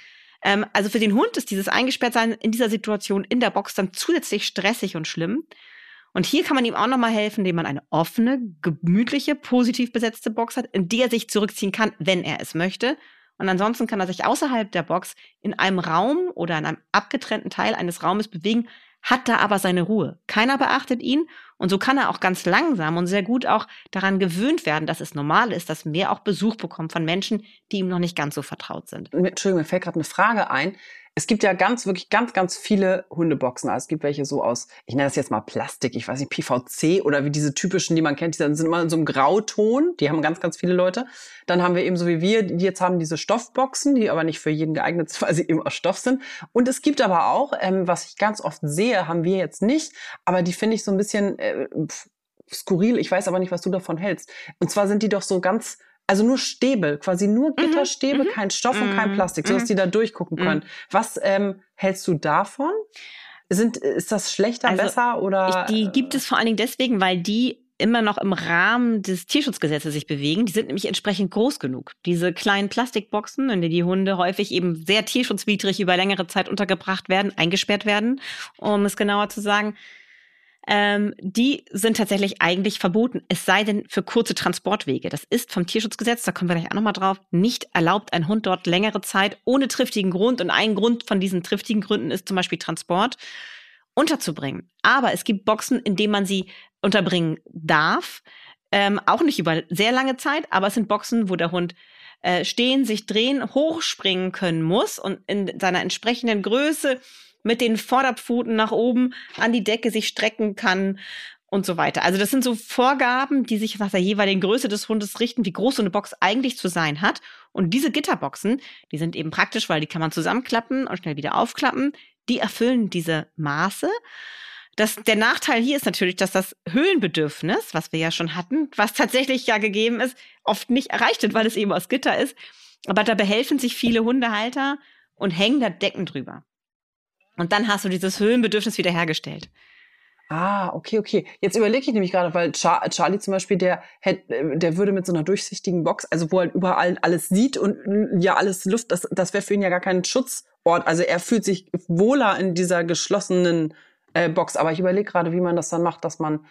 Also für den Hund ist dieses Eingesperrtsein in dieser Situation in der Box dann zusätzlich stressig und schlimm. Und hier kann man ihm auch nochmal helfen, indem man eine offene, gemütliche, positiv besetzte Box hat, in die er sich zurückziehen kann, wenn er es möchte. Und ansonsten kann er sich außerhalb der Box in einem Raum oder in einem abgetrennten Teil eines Raumes bewegen, hat da aber seine Ruhe. Keiner beachtet ihn und so kann er auch ganz langsam und sehr gut auch daran gewöhnt werden, dass es normal ist, dass mehr auch Besuch bekommt von Menschen, die ihm noch nicht ganz so vertraut sind. Entschuldigung, mir fällt gerade eine Frage ein. Es gibt ja wirklich ganz viele Hundeboxen. Also es gibt welche so aus, ich nenne das jetzt mal Plastik, ich weiß nicht, PVC oder wie diese typischen, die man kennt, die sind immer in so einem Grauton. Die haben ganz viele Leute. Dann haben wir eben so wie wir, die jetzt haben diese Stoffboxen, die aber nicht für jeden geeignet sind, weil sie eben aus Stoff sind. Und es gibt aber auch, was ich ganz oft sehe, haben wir jetzt nicht, aber die finde ich so ein bisschen skurril. Ich weiß aber nicht, was du davon hältst. Und zwar sind die doch so ganz... Also nur Stäbe, quasi nur Gitterstäbe, kein Stoff und kein Plastik, sodass die da durchgucken können. Was hältst du davon? Ist das schlechter, also besser oder? Die gibt es vor allen Dingen deswegen, weil die immer noch im Rahmen des Tierschutzgesetzes sich bewegen. Die sind nämlich entsprechend groß genug. Diese kleinen Plastikboxen, in denen die Hunde häufig eben sehr tierschutzwidrig über längere Zeit untergebracht werden, eingesperrt werden, um es genauer zu sagen, die sind tatsächlich eigentlich verboten, es sei denn für kurze Transportwege. Das ist vom Tierschutzgesetz, da kommen wir gleich auch nochmal drauf, nicht erlaubt, einen Hund dort längere Zeit ohne triftigen Grund, und ein Grund von diesen triftigen Gründen ist zum Beispiel Transport, unterzubringen. Aber es gibt Boxen, in denen man sie unterbringen darf, auch nicht über sehr lange Zeit, aber es sind Boxen, wo der Hund stehen, sich drehen, hochspringen können muss und in seiner entsprechenden Größe mit den Vorderpfoten nach oben an die Decke sich strecken kann und so weiter. Also das sind so Vorgaben, die sich nach der jeweiligen Größe des Hundes richten, wie groß so eine Box eigentlich zu sein hat. Und diese Gitterboxen, die sind eben praktisch, weil die kann man zusammenklappen und schnell wieder aufklappen. Die erfüllen diese Maße. Der Nachteil hier ist natürlich, dass das Höhenbedürfnis, was wir ja schon hatten, was tatsächlich ja gegeben ist, oft nicht erreicht wird, weil es eben aus Gitter ist. Aber da behelfen sich viele Hundehalter und hängen da Decken drüber. Und dann hast du dieses Höhenbedürfnis wiederhergestellt. Ah, okay. Jetzt überlege ich nämlich gerade, weil Charlie zum Beispiel, der würde mit so einer durchsichtigen Box, also wo er überall alles sieht und ja alles Luft, das wäre für ihn ja gar kein Schutzort. Also er fühlt sich wohler in dieser geschlossenen Box. Aber ich überlege gerade, wie man das dann macht, dass man,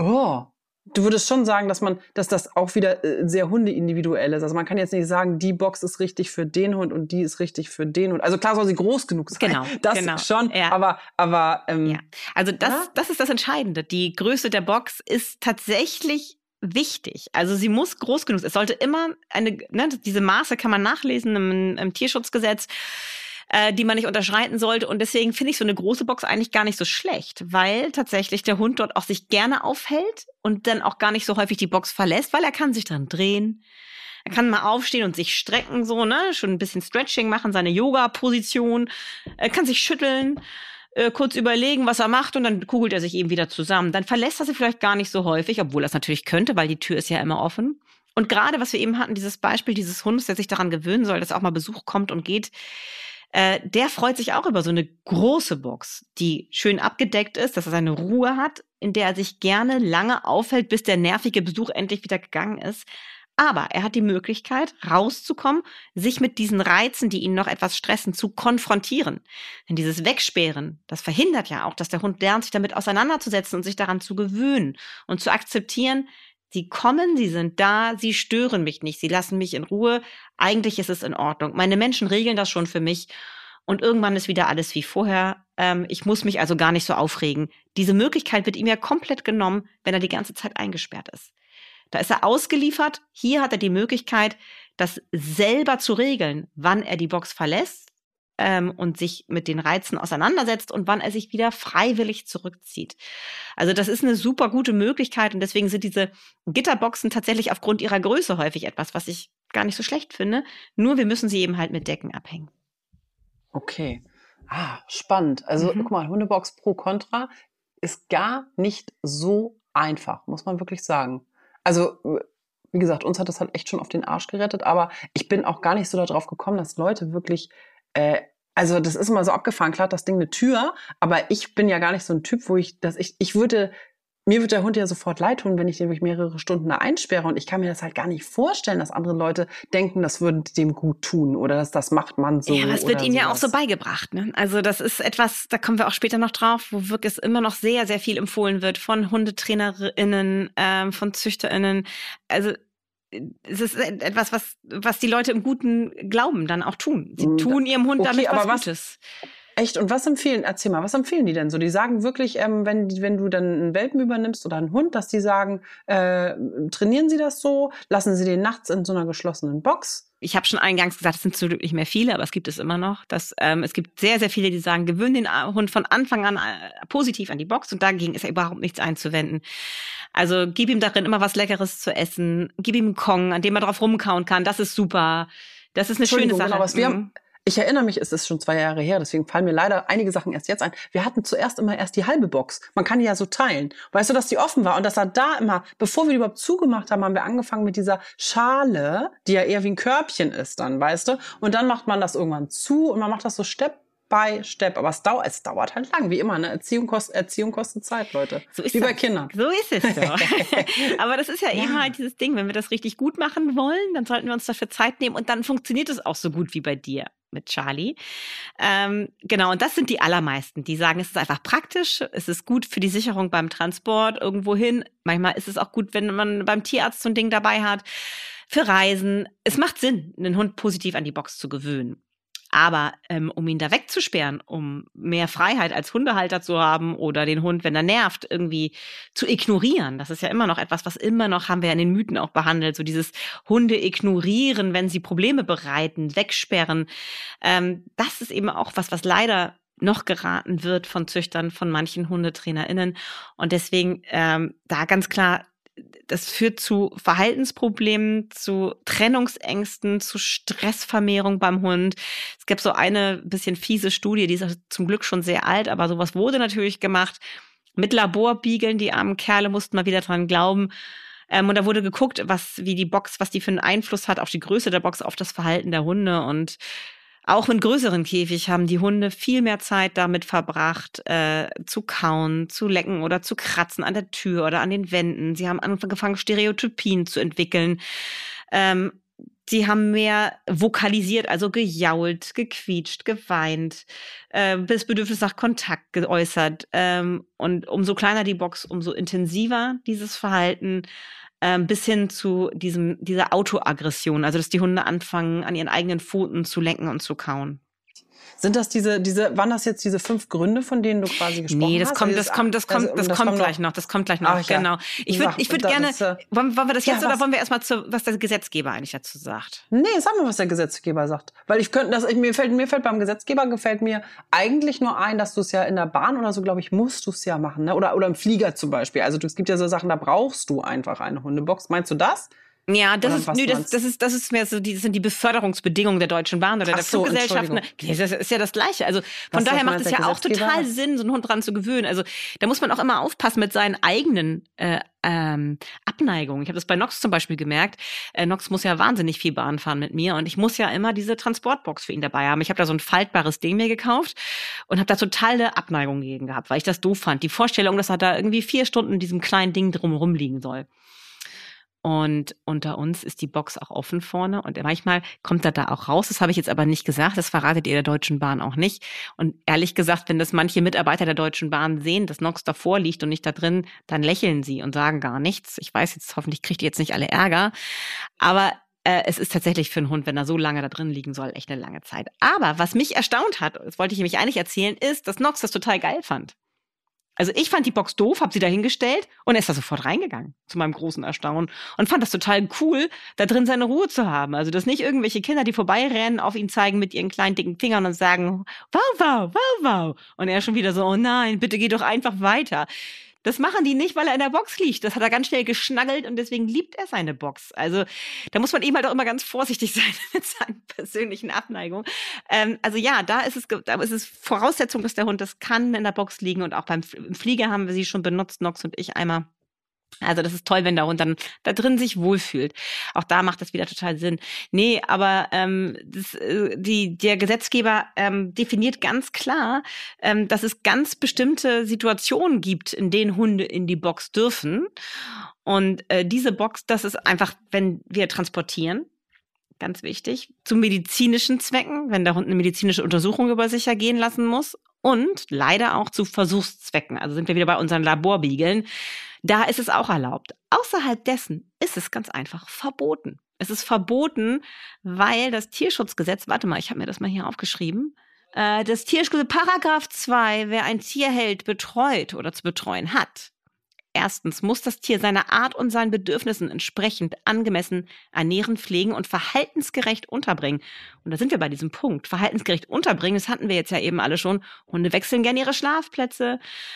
du würdest schon sagen, dass das auch wieder sehr hundeindividuell ist. Also man kann jetzt nicht sagen, die Box ist richtig für den Hund und die ist richtig für den Hund. Also klar soll sie groß genug sein. Genau. Das schon, ja. Aber ja. Also das ist das Entscheidende. Die Größe der Box ist tatsächlich wichtig. Also sie muss groß genug sein. Es sollte immer diese Maße kann man nachlesen im Tierschutzgesetz, die man nicht unterschreiten sollte. Und deswegen finde ich so eine große Box eigentlich gar nicht so schlecht, weil tatsächlich der Hund dort auch sich gerne aufhält und dann auch gar nicht so häufig die Box verlässt, weil er kann sich dran drehen. Er kann mal aufstehen und sich strecken, so, schon ein bisschen Stretching machen, seine Yoga-Position. Er kann sich schütteln. kurz überlegen, was er macht und dann kugelt er sich eben wieder zusammen. Dann verlässt er sie vielleicht gar nicht so häufig, obwohl er es natürlich könnte, weil die Tür ist ja immer offen. Und gerade, was wir eben hatten, dieses Beispiel dieses Hundes, der sich daran gewöhnen soll, dass auch mal Besuch kommt und geht, der freut sich auch über so eine große Box, die schön abgedeckt ist, dass er seine Ruhe hat, in der er sich gerne lange aufhält, bis der nervige Besuch endlich wieder gegangen ist. Aber er hat die Möglichkeit, rauszukommen, sich mit diesen Reizen, die ihn noch etwas stressen, zu konfrontieren. Denn dieses Wegsperren, das verhindert ja auch, dass der Hund lernt, sich damit auseinanderzusetzen und sich daran zu gewöhnen und zu akzeptieren, sie kommen, sie sind da, sie stören mich nicht, sie lassen mich in Ruhe. Eigentlich ist es in Ordnung. Meine Menschen regeln das schon für mich und irgendwann ist wieder alles wie vorher. Ich muss mich also gar nicht so aufregen. Diese Möglichkeit wird ihm ja komplett genommen, wenn er die ganze Zeit eingesperrt ist. Da ist er ausgeliefert. Hier hat er die Möglichkeit, das selber zu regeln, wann er die Box verlässt und sich mit den Reizen auseinandersetzt und wann er sich wieder freiwillig zurückzieht. Also das ist eine super gute Möglichkeit und deswegen sind diese Gitterboxen tatsächlich aufgrund ihrer Größe häufig etwas, was ich gar nicht so schlecht finde. Nur wir müssen sie eben halt mit Decken abhängen. Okay. Spannend. Also guck mal, Hundebox pro Contra ist gar nicht so einfach, muss man wirklich sagen. Also, wie gesagt, uns hat das halt echt schon auf den Arsch gerettet, aber ich bin auch gar nicht so darauf gekommen, dass Leute wirklich, also das ist immer so abgefahren, klar hat das Ding eine Tür, aber ich bin ja gar nicht so ein Typ, mir würde der Hund ja sofort leid tun, wenn ich den wirklich mehrere Stunden da einsperre und ich kann mir das halt gar nicht vorstellen, dass andere Leute denken, das würde dem gut tun oder dass das macht man so. Ja, aber es wird ihnen sowas. ja auch so beigebracht, ne? Also das ist etwas, da kommen wir auch später noch drauf, wo wirklich immer noch sehr, sehr viel empfohlen wird von HundetrainerInnen, von ZüchterInnen. Also es ist etwas, was die Leute im guten Glauben dann auch tun. Sie tun ihrem Hund damit was Gutes. Echt? Und was empfehlen die denn so? Die sagen wirklich, wenn du dann einen Welpen übernimmst oder einen Hund, dass die sagen, trainieren sie das so? Lassen sie den nachts in so einer geschlossenen Box? Ich habe schon eingangs gesagt, es sind zum Glück nicht mehr viele, aber es gibt es immer noch. Es gibt sehr, sehr viele, die sagen, gewöhnen den Hund von Anfang an positiv an die Box und dagegen ist ja überhaupt nichts einzuwenden. Also gib ihm darin immer was Leckeres zu essen, gib ihm einen Kong, an dem er drauf rumkauen kann, das ist super. Das ist eine schöne Sache. Genau, ich erinnere mich, es ist schon 2 Jahre her, deswegen fallen mir leider einige Sachen erst jetzt ein. Wir hatten zuerst immer erst die halbe Box. Man kann die ja so teilen. Weißt du, dass die offen war und dass er da immer, bevor wir die überhaupt zugemacht haben, haben wir angefangen mit dieser Schale, die ja eher wie ein Körbchen ist dann, weißt du? Und dann macht man das irgendwann zu und man macht das so Step by Step. Aber es dauert halt lang, wie immer. Ne? Erziehung kostet Zeit, Leute. So ist wie das. Bei Kindern. So ist es so. Aber das ist ja eben halt dieses Ding, wenn wir das richtig gut machen wollen, dann sollten wir uns dafür Zeit nehmen und dann funktioniert es auch so gut wie bei dir mit Charlie. Genau, und das sind die allermeisten, die sagen, es ist einfach praktisch, es ist gut für die Sicherung beim Transport irgendwo hin. Manchmal ist es auch gut, wenn man beim Tierarzt so ein Ding dabei hat, für Reisen. Es macht Sinn, einen Hund positiv an die Box zu gewöhnen. Aber um ihn da wegzusperren, um mehr Freiheit als Hundehalter zu haben oder den Hund, wenn er nervt, irgendwie zu ignorieren, das ist ja immer noch etwas, was immer noch, haben wir ja in den Mythen auch behandelt, so dieses Hunde ignorieren, wenn sie Probleme bereiten, wegsperren. Das ist eben auch was leider noch geraten wird von Züchtern, von manchen HundetrainerInnen. Und deswegen da ganz klar, das führt zu Verhaltensproblemen, zu Trennungsängsten, zu Stressvermehrung beim Hund. Es gab so eine bisschen fiese Studie, die ist zum Glück schon sehr alt, aber sowas wurde natürlich gemacht. Mit Laborbiegeln, die armen Kerle mussten mal wieder dran glauben. Und da wurde geguckt, was die für einen Einfluss hat auf die Größe der Box, auf das Verhalten der Hunde. Und auch mit größeren Käfig haben die Hunde viel mehr Zeit damit verbracht, zu kauen, zu lecken oder zu kratzen an der Tür oder an den Wänden. Sie haben angefangen, Stereotypien zu entwickeln. Sie haben mehr vokalisiert, also gejault, gequietscht, geweint, das Bedürfnis nach Kontakt geäußert. Und umso kleiner die Box, umso intensiver dieses Verhalten. Bis hin zu dieser Autoaggression, also dass die Hunde anfangen, an ihren eigenen Pfoten zu lenken und zu kauen. Sind das waren das jetzt diese 5 Gründe, von denen du quasi gesprochen hast? Nee, das kommt gleich noch. Das kommt gleich noch, Ach, ja. Genau. Ich würde gerne, wollen wir das jetzt oder wollen wir erstmal was der Gesetzgeber eigentlich dazu sagt? Nee, sag mal, was der Gesetzgeber sagt. Weil mir fällt beim Gesetzgeber gefällt mir eigentlich nur ein, dass du es ja in der Bahn oder so, glaube ich, musst du es ja machen, ne? Oder im Flieger zum Beispiel. Also es gibt ja so Sachen, da brauchst du einfach eine Hundebox. Meinst du das? Ja, das Oder das ist mehr so, das sind die Beförderungsbedingungen der Deutschen Bahn oder der Fluggesellschaften. Das ist ja das Gleiche. Also von daher macht es ja auch total Sinn, so einen Hund dran zu gewöhnen. Also da muss man auch immer aufpassen mit seinen eigenen Abneigungen. Ich habe das bei Nox zum Beispiel gemerkt. Nox muss ja wahnsinnig viel Bahn fahren mit mir und ich muss ja immer diese Transportbox für ihn dabei haben. Ich habe da so ein faltbares Ding mir gekauft und habe da totale Abneigung gegen gehabt, weil ich das doof fand. Die Vorstellung, dass er da irgendwie 4 Stunden in diesem kleinen Ding drumherum liegen soll. Und unter uns ist die Box auch offen vorne und manchmal kommt er da auch raus. Das habe ich jetzt aber nicht gesagt, das verratet ihr der Deutschen Bahn auch nicht. Und ehrlich gesagt, wenn das manche Mitarbeiter der Deutschen Bahn sehen, dass Nox davor liegt und nicht da drin, dann lächeln sie und sagen gar nichts. Ich weiß jetzt, hoffentlich kriegt ihr jetzt nicht alle Ärger, aber es ist tatsächlich für einen Hund, wenn er so lange da drin liegen soll, echt eine lange Zeit. Aber was mich erstaunt hat, das wollte ich nämlich eigentlich erzählen, ist, dass Nox das total geil fand. Also ich fand die Box doof, habe sie da hingestellt und er ist da sofort reingegangen, zu meinem großen Erstaunen. Und fand das total cool, da drin seine Ruhe zu haben. Also dass nicht irgendwelche Kinder, die vorbeirennen, auf ihn zeigen mit ihren kleinen dicken Fingern und sagen, wow, wow, wow, wow. Und er schon wieder so, oh nein, bitte geh doch einfach weiter. Das machen die nicht, weil er in der Box liegt. Das hat er ganz schnell geschnaggelt und deswegen liebt er seine Box. Also da muss man eben halt auch immer ganz vorsichtig sein mit seinen persönlichen Abneigungen. Also ja, da ist es Voraussetzung, dass der Hund das kann in der Box liegen und auch im Flieger haben wir sie schon benutzt, Nox und ich einmal. Also das ist toll, wenn der Hund dann da drin sich wohlfühlt. Auch da macht das wieder total Sinn. Nee, aber der Gesetzgeber definiert ganz klar, dass es ganz bestimmte Situationen gibt, in denen Hunde in die Box dürfen. Und diese Box, das ist einfach, wenn wir transportieren, ganz wichtig, zu medizinischen Zwecken, wenn der Hund eine medizinische Untersuchung über sich ergehen lassen muss. Und leider auch zu Versuchszwecken. Also sind wir wieder bei unseren Laborbiegeln. Da ist es auch erlaubt. Außerhalb dessen ist es ganz einfach verboten. Es ist verboten, weil das Tierschutzgesetz, warte mal, ich habe mir das mal hier aufgeschrieben, das Tierschutzgesetz, Paragraph 2, wer ein Tier hält, betreut oder zu betreuen hat. Erstens muss das Tier seiner Art und seinen Bedürfnissen entsprechend angemessen ernähren, pflegen und verhaltensgerecht unterbringen. Und da sind wir bei diesem Punkt. Verhaltensgerecht unterbringen, das hatten wir jetzt ja eben alle schon. Hunde wechseln gerne ihre Schlafplätze.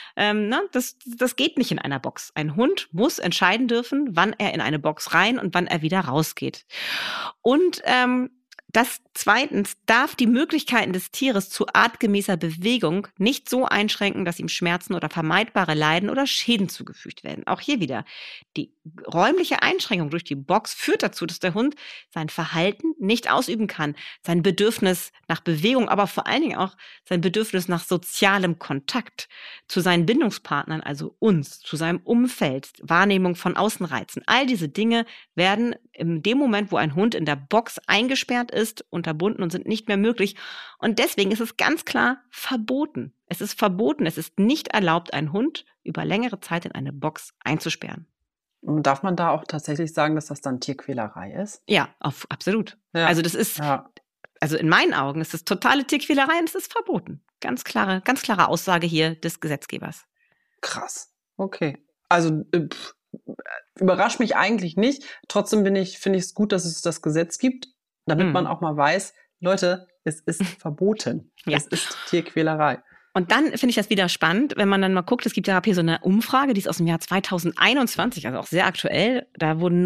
Das geht nicht in einer Box. Ein Hund muss entscheiden dürfen, wann er in eine Box rein und wann er wieder rausgeht. Und das zweitens darf die Möglichkeiten des Tieres zu artgemäßer Bewegung nicht so einschränken, dass ihm Schmerzen oder vermeidbare Leiden oder Schäden zugefügt werden. Auch hier wieder. Die räumliche Einschränkung durch die Box führt dazu, dass der Hund sein Verhalten nicht ausüben kann. Sein Bedürfnis nach Bewegung, aber vor allen Dingen auch sein Bedürfnis nach sozialem Kontakt zu seinen Bindungspartnern, also uns, zu seinem Umfeld, Wahrnehmung von Außenreizen. All diese Dinge werden in dem Moment, wo ein Hund in der Box eingesperrt ist, unterbunden und sind nicht mehr möglich. Und deswegen ist es ganz klar verboten. Es ist verboten, es ist nicht erlaubt, einen Hund über längere Zeit in eine Box einzusperren. Und darf man da auch tatsächlich sagen, dass das dann Tierquälerei ist? Ja, absolut. Ja. Also das ist, also in meinen Augen ist das totale Tierquälerei und es ist verboten. Ganz klare Aussage hier des Gesetzgebers. Krass. Okay. Also überrascht mich eigentlich nicht. Trotzdem finde ich es gut, dass es das Gesetz gibt, damit man auch mal weiß, Leute, es ist verboten. Ja. Es ist Tierquälerei. Und dann finde ich das wieder spannend, wenn man dann mal guckt, es gibt ja hier so eine Umfrage, die ist aus dem Jahr 2021, also auch sehr aktuell. Da wurden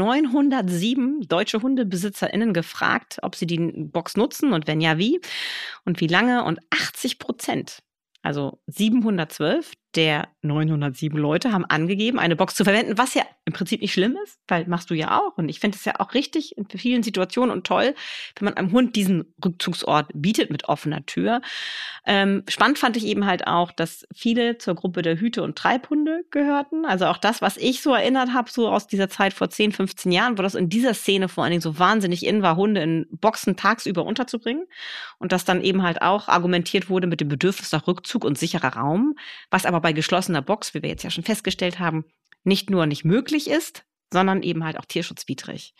907 deutsche HundebesitzerInnen gefragt, ob sie die Box nutzen und wenn ja, wie und wie lange. Und 80%, also 712 der 907 Leute haben angegeben, eine Box zu verwenden, was ja im Prinzip nicht schlimm ist, weil machst du ja auch. Und ich finde es ja auch richtig in vielen Situationen und toll, wenn man einem Hund diesen Rückzugsort bietet mit offener Tür. Spannend fand ich eben halt auch, dass viele zur Gruppe der Hüte- und Treibhunde gehörten. Also auch das, was ich so erinnert habe, so aus dieser Zeit vor 10, 15 Jahren, wo das in dieser Szene vor allen Dingen so wahnsinnig in war, Hunde in Boxen tagsüber unterzubringen. Und dass dann eben halt auch argumentiert wurde mit dem Bedürfnis nach Rückzug und sicherer Raum, was aber bei geschlossener Box, wie wir jetzt ja schon festgestellt haben, nicht nur nicht möglich ist, sondern eben halt auch tierschutzwidrig.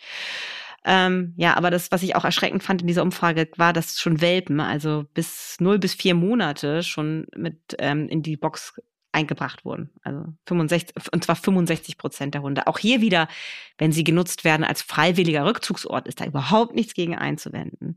Ja, aber das, was ich auch erschreckend fand in dieser Umfrage, war, dass schon Welpen, also bis 0 bis 4 Monate schon mit in die Box eingebracht wurden. Also 65% der Hunde. Auch hier wieder, wenn sie genutzt werden als freiwilliger Rückzugsort, ist da überhaupt nichts gegen einzuwenden.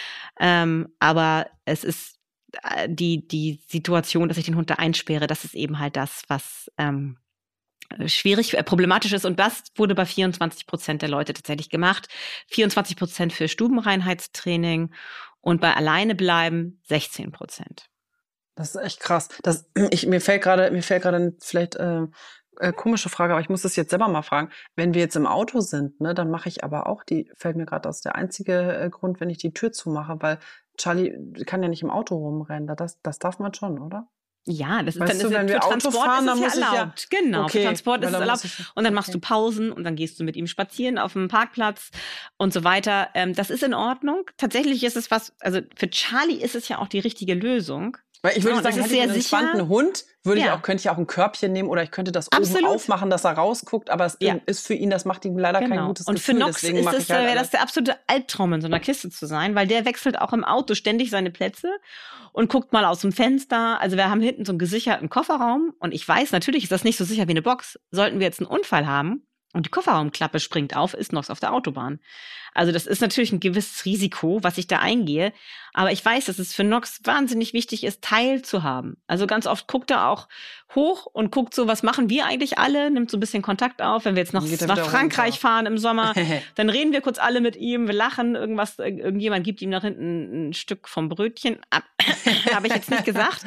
Aber es ist die Situation, dass ich den Hund da einsperre, das ist eben halt das, was schwierig, problematisch ist. Und das wurde bei 24% der Leute tatsächlich gemacht. 24% für Stubenreinheitstraining und bei Alleinebleiben 16%. Das ist echt krass. Mir fällt gerade vielleicht komische Frage, aber ich muss das jetzt selber mal fragen. Wenn wir jetzt im Auto sind, ne, dann mache ich aber auch fällt mir gerade aus, der einzige Grund, wenn ich die Tür zumache, weil Charlie kann ja nicht im Auto rumrennen. Das darf man schon, oder? Ja, das ist Weißt dann du, wenn wir für Auto Transport fahren, dann ist muss es ich ja ja. erlaubt. Genau, Okay, für Transport weil ist es dann erlaubt. muss ich. Und dann machst Okay. du Pausen und dann gehst du mit ihm spazieren auf dem Parkplatz und so weiter. Das ist in Ordnung. Tatsächlich ist es also für Charlie ist es ja auch die richtige Lösung. Weil ich würde Ja, und das sagen, ist hätte ich sehr einen sicher. entspannten Hund, Ja. könnte ich auch ein Körbchen nehmen oder ich könnte das Absolut. oben aufmachen, dass er rausguckt, aber es Ja. ist für ihn, das macht ihm leider kein Genau. gutes Und Gefühl. für Nox Deswegen mache ich halt wäre das der absolute Albtraum, in so einer Kiste zu sein, weil der wechselt auch im Auto ständig seine Plätze und guckt mal aus dem Fenster. Also wir haben hinten so einen gesicherten Kofferraum und ich weiß, natürlich ist das nicht so sicher wie eine Box. Sollten wir jetzt einen Unfall haben und die Kofferraumklappe springt auf, ist Nox auf der Autobahn. Also das ist natürlich ein gewisses Risiko, was ich da eingehe. Aber ich weiß, dass es für Nox wahnsinnig wichtig ist, teilzuhaben. Also ganz oft guckt er auch hoch und guckt so, was machen wir eigentlich alle? Nimmt so ein bisschen Kontakt auf. Wenn wir jetzt noch nach Frankreich fahren im Sommer, dann reden wir kurz alle mit ihm, wir lachen, irgendjemand gibt ihm nach hinten ein Stück vom Brötchen ab. Habe ich jetzt nicht gesagt.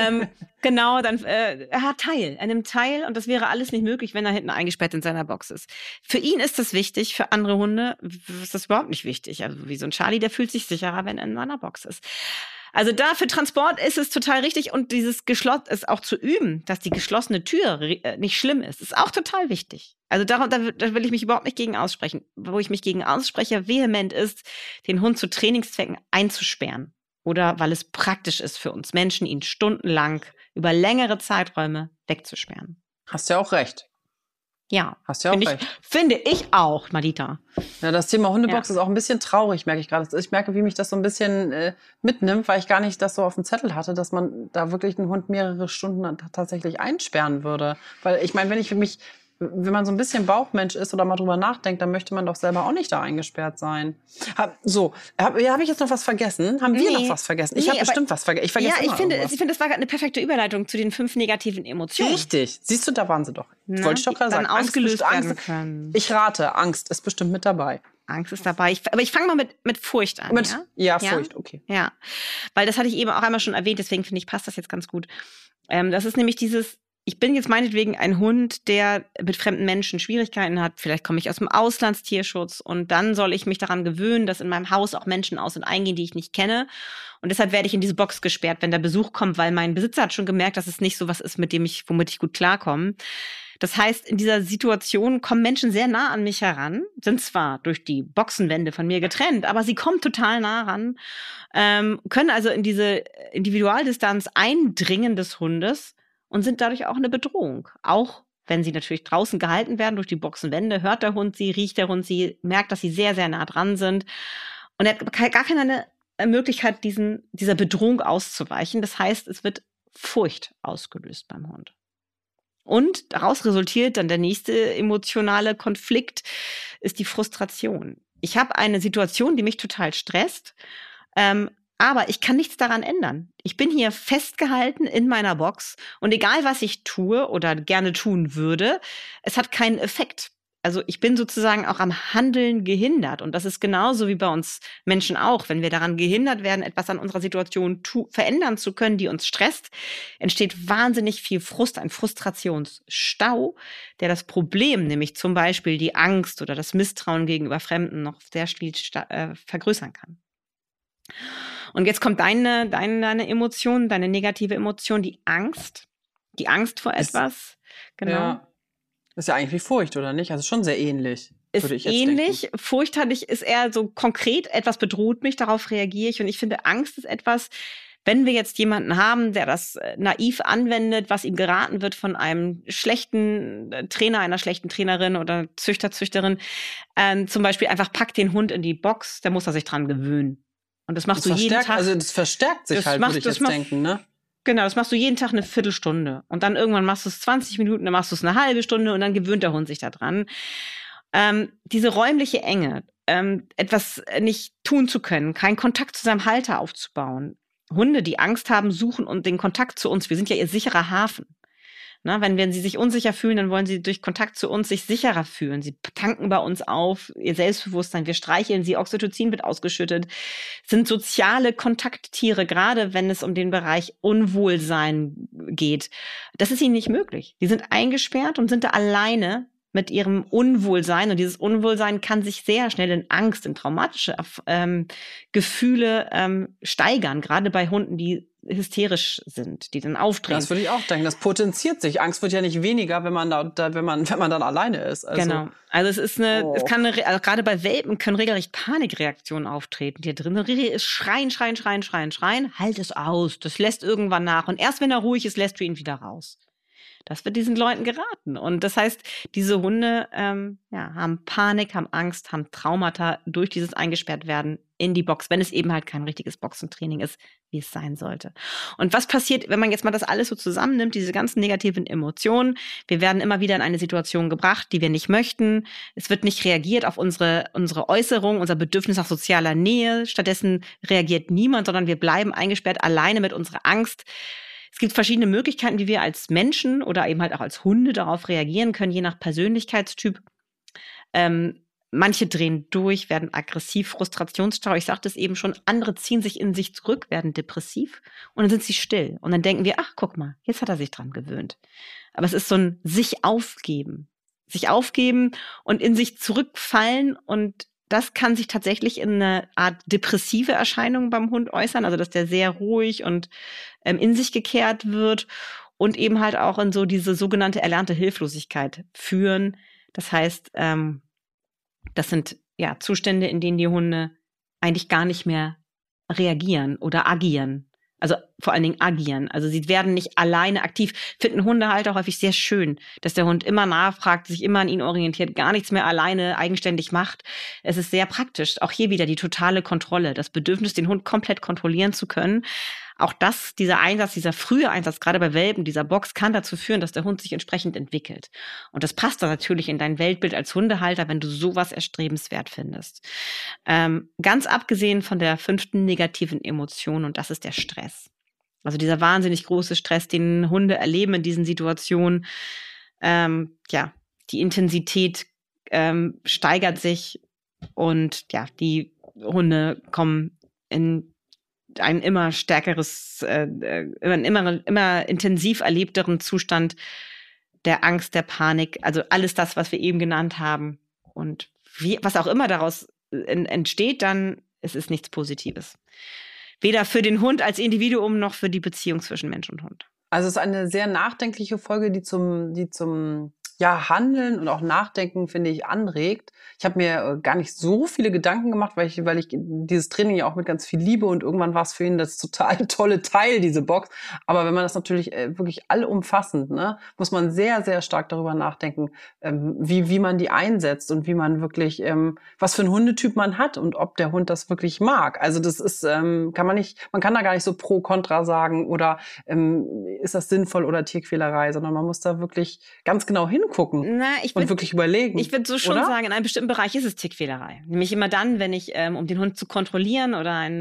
Genau, dann er hat teil. Er nimmt teil und das wäre alles nicht möglich, wenn er hinten eingesperrt in seiner Box ist. Für ihn ist das wichtig, für andere Hunde ist das überhaupt nicht wichtig. Also wie so ein Charlie, der fühlt sich sicherer, wenn er in seiner Box ist. Also da für Transport ist es total richtig und dieses ist auch zu üben, dass die geschlossene Tür nicht schlimm ist auch total wichtig. Also da will ich mich überhaupt nicht gegen aussprechen. Wo ich mich gegen ausspreche, vehement ist, den Hund zu Trainingszwecken einzusperren. Oder weil es praktisch ist für uns Menschen, ihn stundenlang über längere Zeiträume wegzusperren. Hast ja auch recht. Ja, hast ja auch recht. Finde ich auch, Madita. Ja, das Thema Hundebox ist auch ein bisschen traurig, merke ich gerade. Ich merke, wie mich das so ein bisschen mitnimmt, weil ich gar nicht das so auf dem Zettel hatte, dass man da wirklich einen Hund mehrere Stunden tatsächlich einsperren würde. Weil ich meine, wenn man so ein bisschen Bauchmensch ist oder mal drüber nachdenkt, dann möchte man doch selber auch nicht da eingesperrt sein. Habe ich jetzt noch was vergessen? Haben wir noch was vergessen? Ich habe bestimmt was vergessen. Ich finde, das war gerade eine perfekte Überleitung zu den 5 negativen Emotionen. Richtig. Siehst du, da waren sie doch. Wollte ich doch gerade sagen. Ausgelöst werden können. Ich rate, Angst ist bestimmt mit dabei. Angst ist dabei. Aber ich fange mal mit Furcht an. Furcht, okay. Ja, weil das hatte ich eben auch einmal schon erwähnt, deswegen finde ich, passt das jetzt ganz gut. Das ist nämlich ich bin jetzt meinetwegen ein Hund, der mit fremden Menschen Schwierigkeiten hat. Vielleicht komme ich aus dem Auslandstierschutz und dann soll ich mich daran gewöhnen, dass in meinem Haus auch Menschen aus- und eingehen, die ich nicht kenne. Und deshalb werde ich in diese Box gesperrt, wenn der Besuch kommt, weil mein Besitzer hat schon gemerkt, dass es nicht so was ist, womit ich gut klarkomme. Das heißt, in dieser Situation kommen Menschen sehr nah an mich heran, sind zwar durch die Boxenwände von mir getrennt, aber sie kommen total nah ran, können also in diese Individualdistanz eindringen des Hundes und sind dadurch auch eine Bedrohung. Auch wenn sie natürlich draußen gehalten werden durch die Boxenwände, hört der Hund sie, riecht der Hund sie, merkt, dass sie sehr, sehr nah dran sind. Und er hat gar keine Möglichkeit, dieser Bedrohung auszuweichen. Das heißt, es wird Furcht ausgelöst beim Hund. Und daraus resultiert dann der nächste emotionale Konflikt, ist die Frustration. Ich habe eine Situation, die mich total stresst, aber ich kann nichts daran ändern. Ich bin hier festgehalten in meiner Box und egal, was ich tue oder gerne tun würde, es hat keinen Effekt. Also ich bin sozusagen auch am Handeln gehindert und das ist genauso wie bei uns Menschen auch. Wenn wir daran gehindert werden, etwas an unserer Situation verändern zu können, die uns stresst, entsteht wahnsinnig viel Frust, ein Frustrationsstau, der das Problem, nämlich zum Beispiel die Angst oder das Misstrauen gegenüber Fremden, noch sehr viel vergrößern kann. Und jetzt kommt deine Emotion, deine negative Emotion, die Angst vor etwas. Genau. Ja. Das ist ja eigentlich wie Furcht, oder nicht? Also schon sehr ähnlich, würde ich jetzt ähnlich. denken. Furcht ist eher so konkret, etwas bedroht mich, darauf reagiere ich. Und ich finde, Angst ist etwas, wenn wir jetzt jemanden haben, der das naiv anwendet, was ihm geraten wird von einem schlechten Trainer, einer schlechten Trainerin oder Züchter, Züchterin, zum Beispiel einfach packt den Hund in die Box, der muss er sich dran gewöhnen. Und das machst du jeden Tag. Also das verstärkt sich würde ich jetzt denken, ne? Genau, das machst du jeden Tag eine Viertelstunde. Und dann irgendwann machst du es 20 Minuten, dann machst du es eine halbe Stunde und dann gewöhnt der Hund sich da dran. Diese räumliche Enge, etwas nicht tun zu können, keinen Kontakt zu seinem Halter aufzubauen. Hunde, die Angst haben, suchen und den Kontakt zu uns. Wir sind ja ihr sicherer Hafen. Wenn sie sich unsicher fühlen, dann wollen sie durch Kontakt zu uns sich sicherer fühlen. Sie tanken bei uns auf, ihr Selbstbewusstsein, wir streicheln sie, Oxytocin wird ausgeschüttet, sind soziale Kontakttiere, gerade wenn es um den Bereich Unwohlsein geht. Das ist ihnen nicht möglich. Die sind eingesperrt und sind da alleine mit ihrem Unwohlsein. Und dieses Unwohlsein kann sich sehr schnell in Angst, in traumatische Gefühle steigern, gerade bei Hunden, die hysterisch sind, die dann aufdrehen. Das würde ich auch denken. Das potenziert sich. Angst wird ja nicht weniger, wenn man dann alleine ist. Also, genau. Also es ist also gerade bei Welpen können regelrecht Panikreaktionen auftreten. Die drin ist schreien. Halt es aus. Das lässt irgendwann nach. Und erst wenn er ruhig ist, lässt du ihn wieder raus. Das wird diesen Leuten geraten. Und das heißt, diese Hunde haben Panik, haben Angst, haben Traumata durch dieses Eingesperrtwerden in die Box, wenn es eben halt kein richtiges Boxentraining ist, wie es sein sollte. Und was passiert, wenn man jetzt mal das alles so zusammennimmt, diese ganzen negativen Emotionen? Wir werden immer wieder in eine Situation gebracht, die wir nicht möchten. Es wird nicht reagiert auf unsere Äußerung, unser Bedürfnis nach sozialer Nähe. Stattdessen reagiert niemand, sondern wir bleiben eingesperrt alleine mit unserer Angst. Es gibt verschiedene Möglichkeiten, wie wir als Menschen oder eben halt auch als Hunde darauf reagieren können, je nach Persönlichkeitstyp. Manche drehen durch, werden aggressiv, frustrationsstau. Ich sagte es eben schon, andere ziehen sich in sich zurück, werden depressiv und dann sind sie still. Und dann denken wir, ach, guck mal, jetzt hat er sich dran gewöhnt. Aber es ist so ein sich aufgeben und in sich zurückfallen, und das kann sich tatsächlich in eine Art depressive Erscheinung beim Hund äußern, also dass der sehr ruhig und in sich gekehrt wird und eben halt auch in so diese sogenannte erlernte Hilflosigkeit führen. Das heißt, das sind Zustände, in denen die Hunde eigentlich gar nicht mehr reagieren oder agieren. Also vor allen Dingen agieren. Also sie werden nicht alleine aktiv. Finden Hunde halt auch häufig sehr schön, dass der Hund immer nachfragt, sich immer an ihn orientiert, gar nichts mehr alleine eigenständig macht. Es ist sehr praktisch. Auch hier wieder die totale Kontrolle, das Bedürfnis, den Hund komplett kontrollieren zu können. Auch dieser frühe Einsatz, gerade bei Welpen, dieser Box, kann dazu führen, dass der Hund sich entsprechend entwickelt. Und das passt dann natürlich in dein Weltbild als Hundehalter, wenn du sowas erstrebenswert findest. Ganz abgesehen von der 5. negativen Emotion, und das ist der Stress. Also dieser wahnsinnig große Stress, den Hunde erleben in diesen Situationen. Die Intensität steigert sich, und die Hunde kommen in ein immer stärkeres, immer intensiv erlebteren Zustand der Angst, der Panik, also alles das, was wir eben genannt haben. Und was auch immer daraus entsteht, dann es ist nichts Positives. Weder für den Hund als Individuum noch für die Beziehung zwischen Mensch und Hund. Also es ist eine sehr nachdenkliche Folge, die zum Handeln und auch Nachdenken, finde ich, anregt. Ich habe mir gar nicht so viele Gedanken gemacht, weil ich dieses Training ja auch mit ganz viel Liebe, und irgendwann war es für ihn das total tolle Teil, diese Box. Aber wenn man das natürlich wirklich allumfassend, muss man sehr, sehr stark darüber nachdenken, wie man die einsetzt und wie man wirklich, was für ein Hundetyp man hat und ob der Hund das wirklich mag. Also das ist, man kann da gar nicht so pro, kontra sagen oder ist das sinnvoll oder Tierquälerei, sondern man muss da wirklich ganz genau hingucken und wirklich überlegen. Ich würde so schon sagen, in einem bestimmten Bereich ist es Tierquälerei. Nämlich immer dann, wenn ich, um den Hund zu kontrollieren oder ein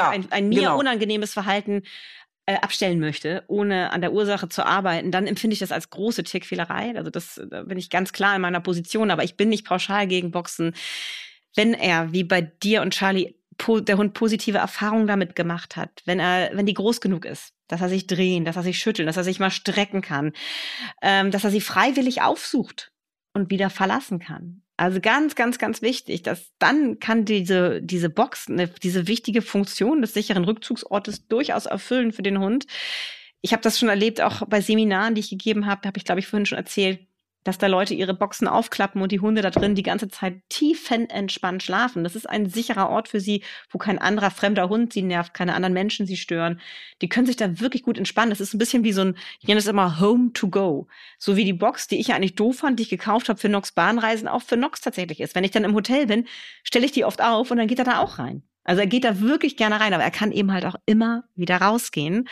mir unangenehmes Verhalten abstellen möchte, ohne an der Ursache zu arbeiten, dann empfinde ich das als große Tierquälerei. Also da bin ich ganz klar in meiner Position, aber ich bin nicht pauschal gegen Boxen. Wenn er, wie bei dir und Charlie, der Hund positive Erfahrungen damit gemacht hat, wenn die groß genug ist, dass er sich drehen, dass er sich schütteln, dass er sich mal strecken kann, dass er sie freiwillig aufsucht und wieder verlassen kann. Also ganz, ganz, ganz wichtig, dass dann kann diese Box diese wichtige Funktion des sicheren Rückzugsortes durchaus erfüllen für den Hund. Ich habe das schon erlebt, auch bei Seminaren, die ich gegeben habe, habe ich, glaube ich, vorhin schon erzählt, dass da Leute ihre Boxen aufklappen und die Hunde da drin die ganze Zeit tiefenentspannt schlafen. Das ist ein sicherer Ort für sie, wo kein anderer fremder Hund sie nervt, keine anderen Menschen sie stören. Die können sich da wirklich gut entspannen. Das ist ein bisschen wie ich nenne das immer Home to go. So wie die Box, die ich ja eigentlich doof fand, die ich gekauft habe für Nox Bahnreisen, auch für Nox tatsächlich ist. Wenn ich dann im Hotel bin, stelle ich die oft auf und dann geht er da auch rein. Also er geht da wirklich gerne rein, aber er kann eben halt auch immer wieder rausgehen.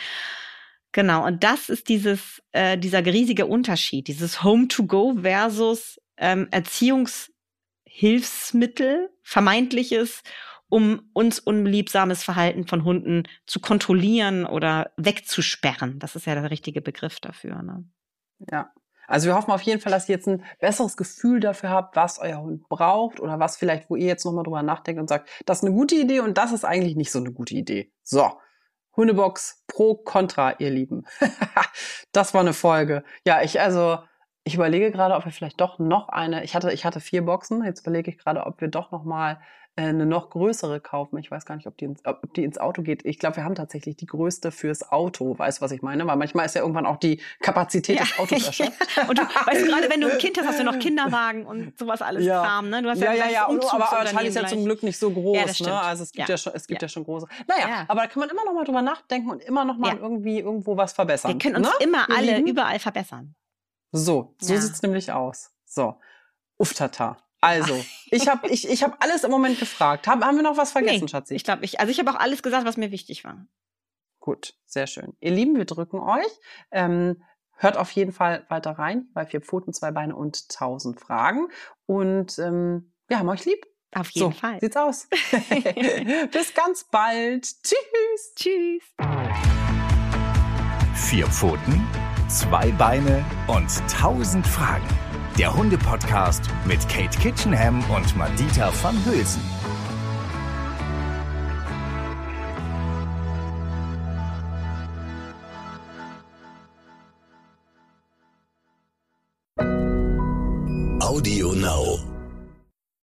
Genau, und das ist dieser riesige Unterschied, dieses Home-to-Go versus Erziehungshilfsmittel, vermeintliches, um uns unliebsames Verhalten von Hunden zu kontrollieren oder wegzusperren. Das ist ja der richtige Begriff dafür. Ne? Ja. Also wir hoffen auf jeden Fall, dass ihr jetzt ein besseres Gefühl dafür habt, was euer Hund braucht oder was vielleicht, wo ihr jetzt nochmal drüber nachdenkt und sagt, das ist eine gute Idee und das ist eigentlich nicht so eine gute Idee. So, Hundebox pro, contra, ihr Lieben. Das war eine Folge. Ja, ich überlege gerade, ob wir vielleicht doch noch eine, ich hatte 4 Boxen, jetzt überlege ich gerade, ob wir doch noch mal eine noch größere kaufen. Ich weiß gar nicht, ob die ins Auto geht. Ich glaube, wir haben tatsächlich die größte fürs Auto. Weißt du, was ich meine? Weil manchmal ist ja irgendwann auch die Kapazität des Autos erschöpft. Und du weißt gerade, wenn du ein Kind hast, hast du noch Kinderwagen und sowas alles Kram. Ne? Du hast aber Charlie ist ja zum Glück nicht so groß. Ja, das stimmt. Ne? Also es gibt ja schon große. Naja, aber da kann man immer noch mal drüber nachdenken und immer noch mal irgendwo was verbessern. Wir können uns immer alle überall verbessern. So sieht's nämlich aus. So, Uftata. Also, ich hab alles im Moment gefragt. Haben wir noch was vergessen, Schatzi? Ich glaube, ich habe auch alles gesagt, was mir wichtig war. Gut, sehr schön. Ihr Lieben, wir drücken euch. Hört auf jeden Fall weiter rein bei 4 Pfoten, 2 Beine und 1000 Fragen. Und wir haben euch lieb. Auf jeden Fall. Sieht's aus. Bis ganz bald. Tschüss. Tschüss. 4 Pfoten, 2 Beine und 1000 Fragen. Der Hunde-Podcast mit Kate Kitchenham und Madita van Hülsen. Audio Now.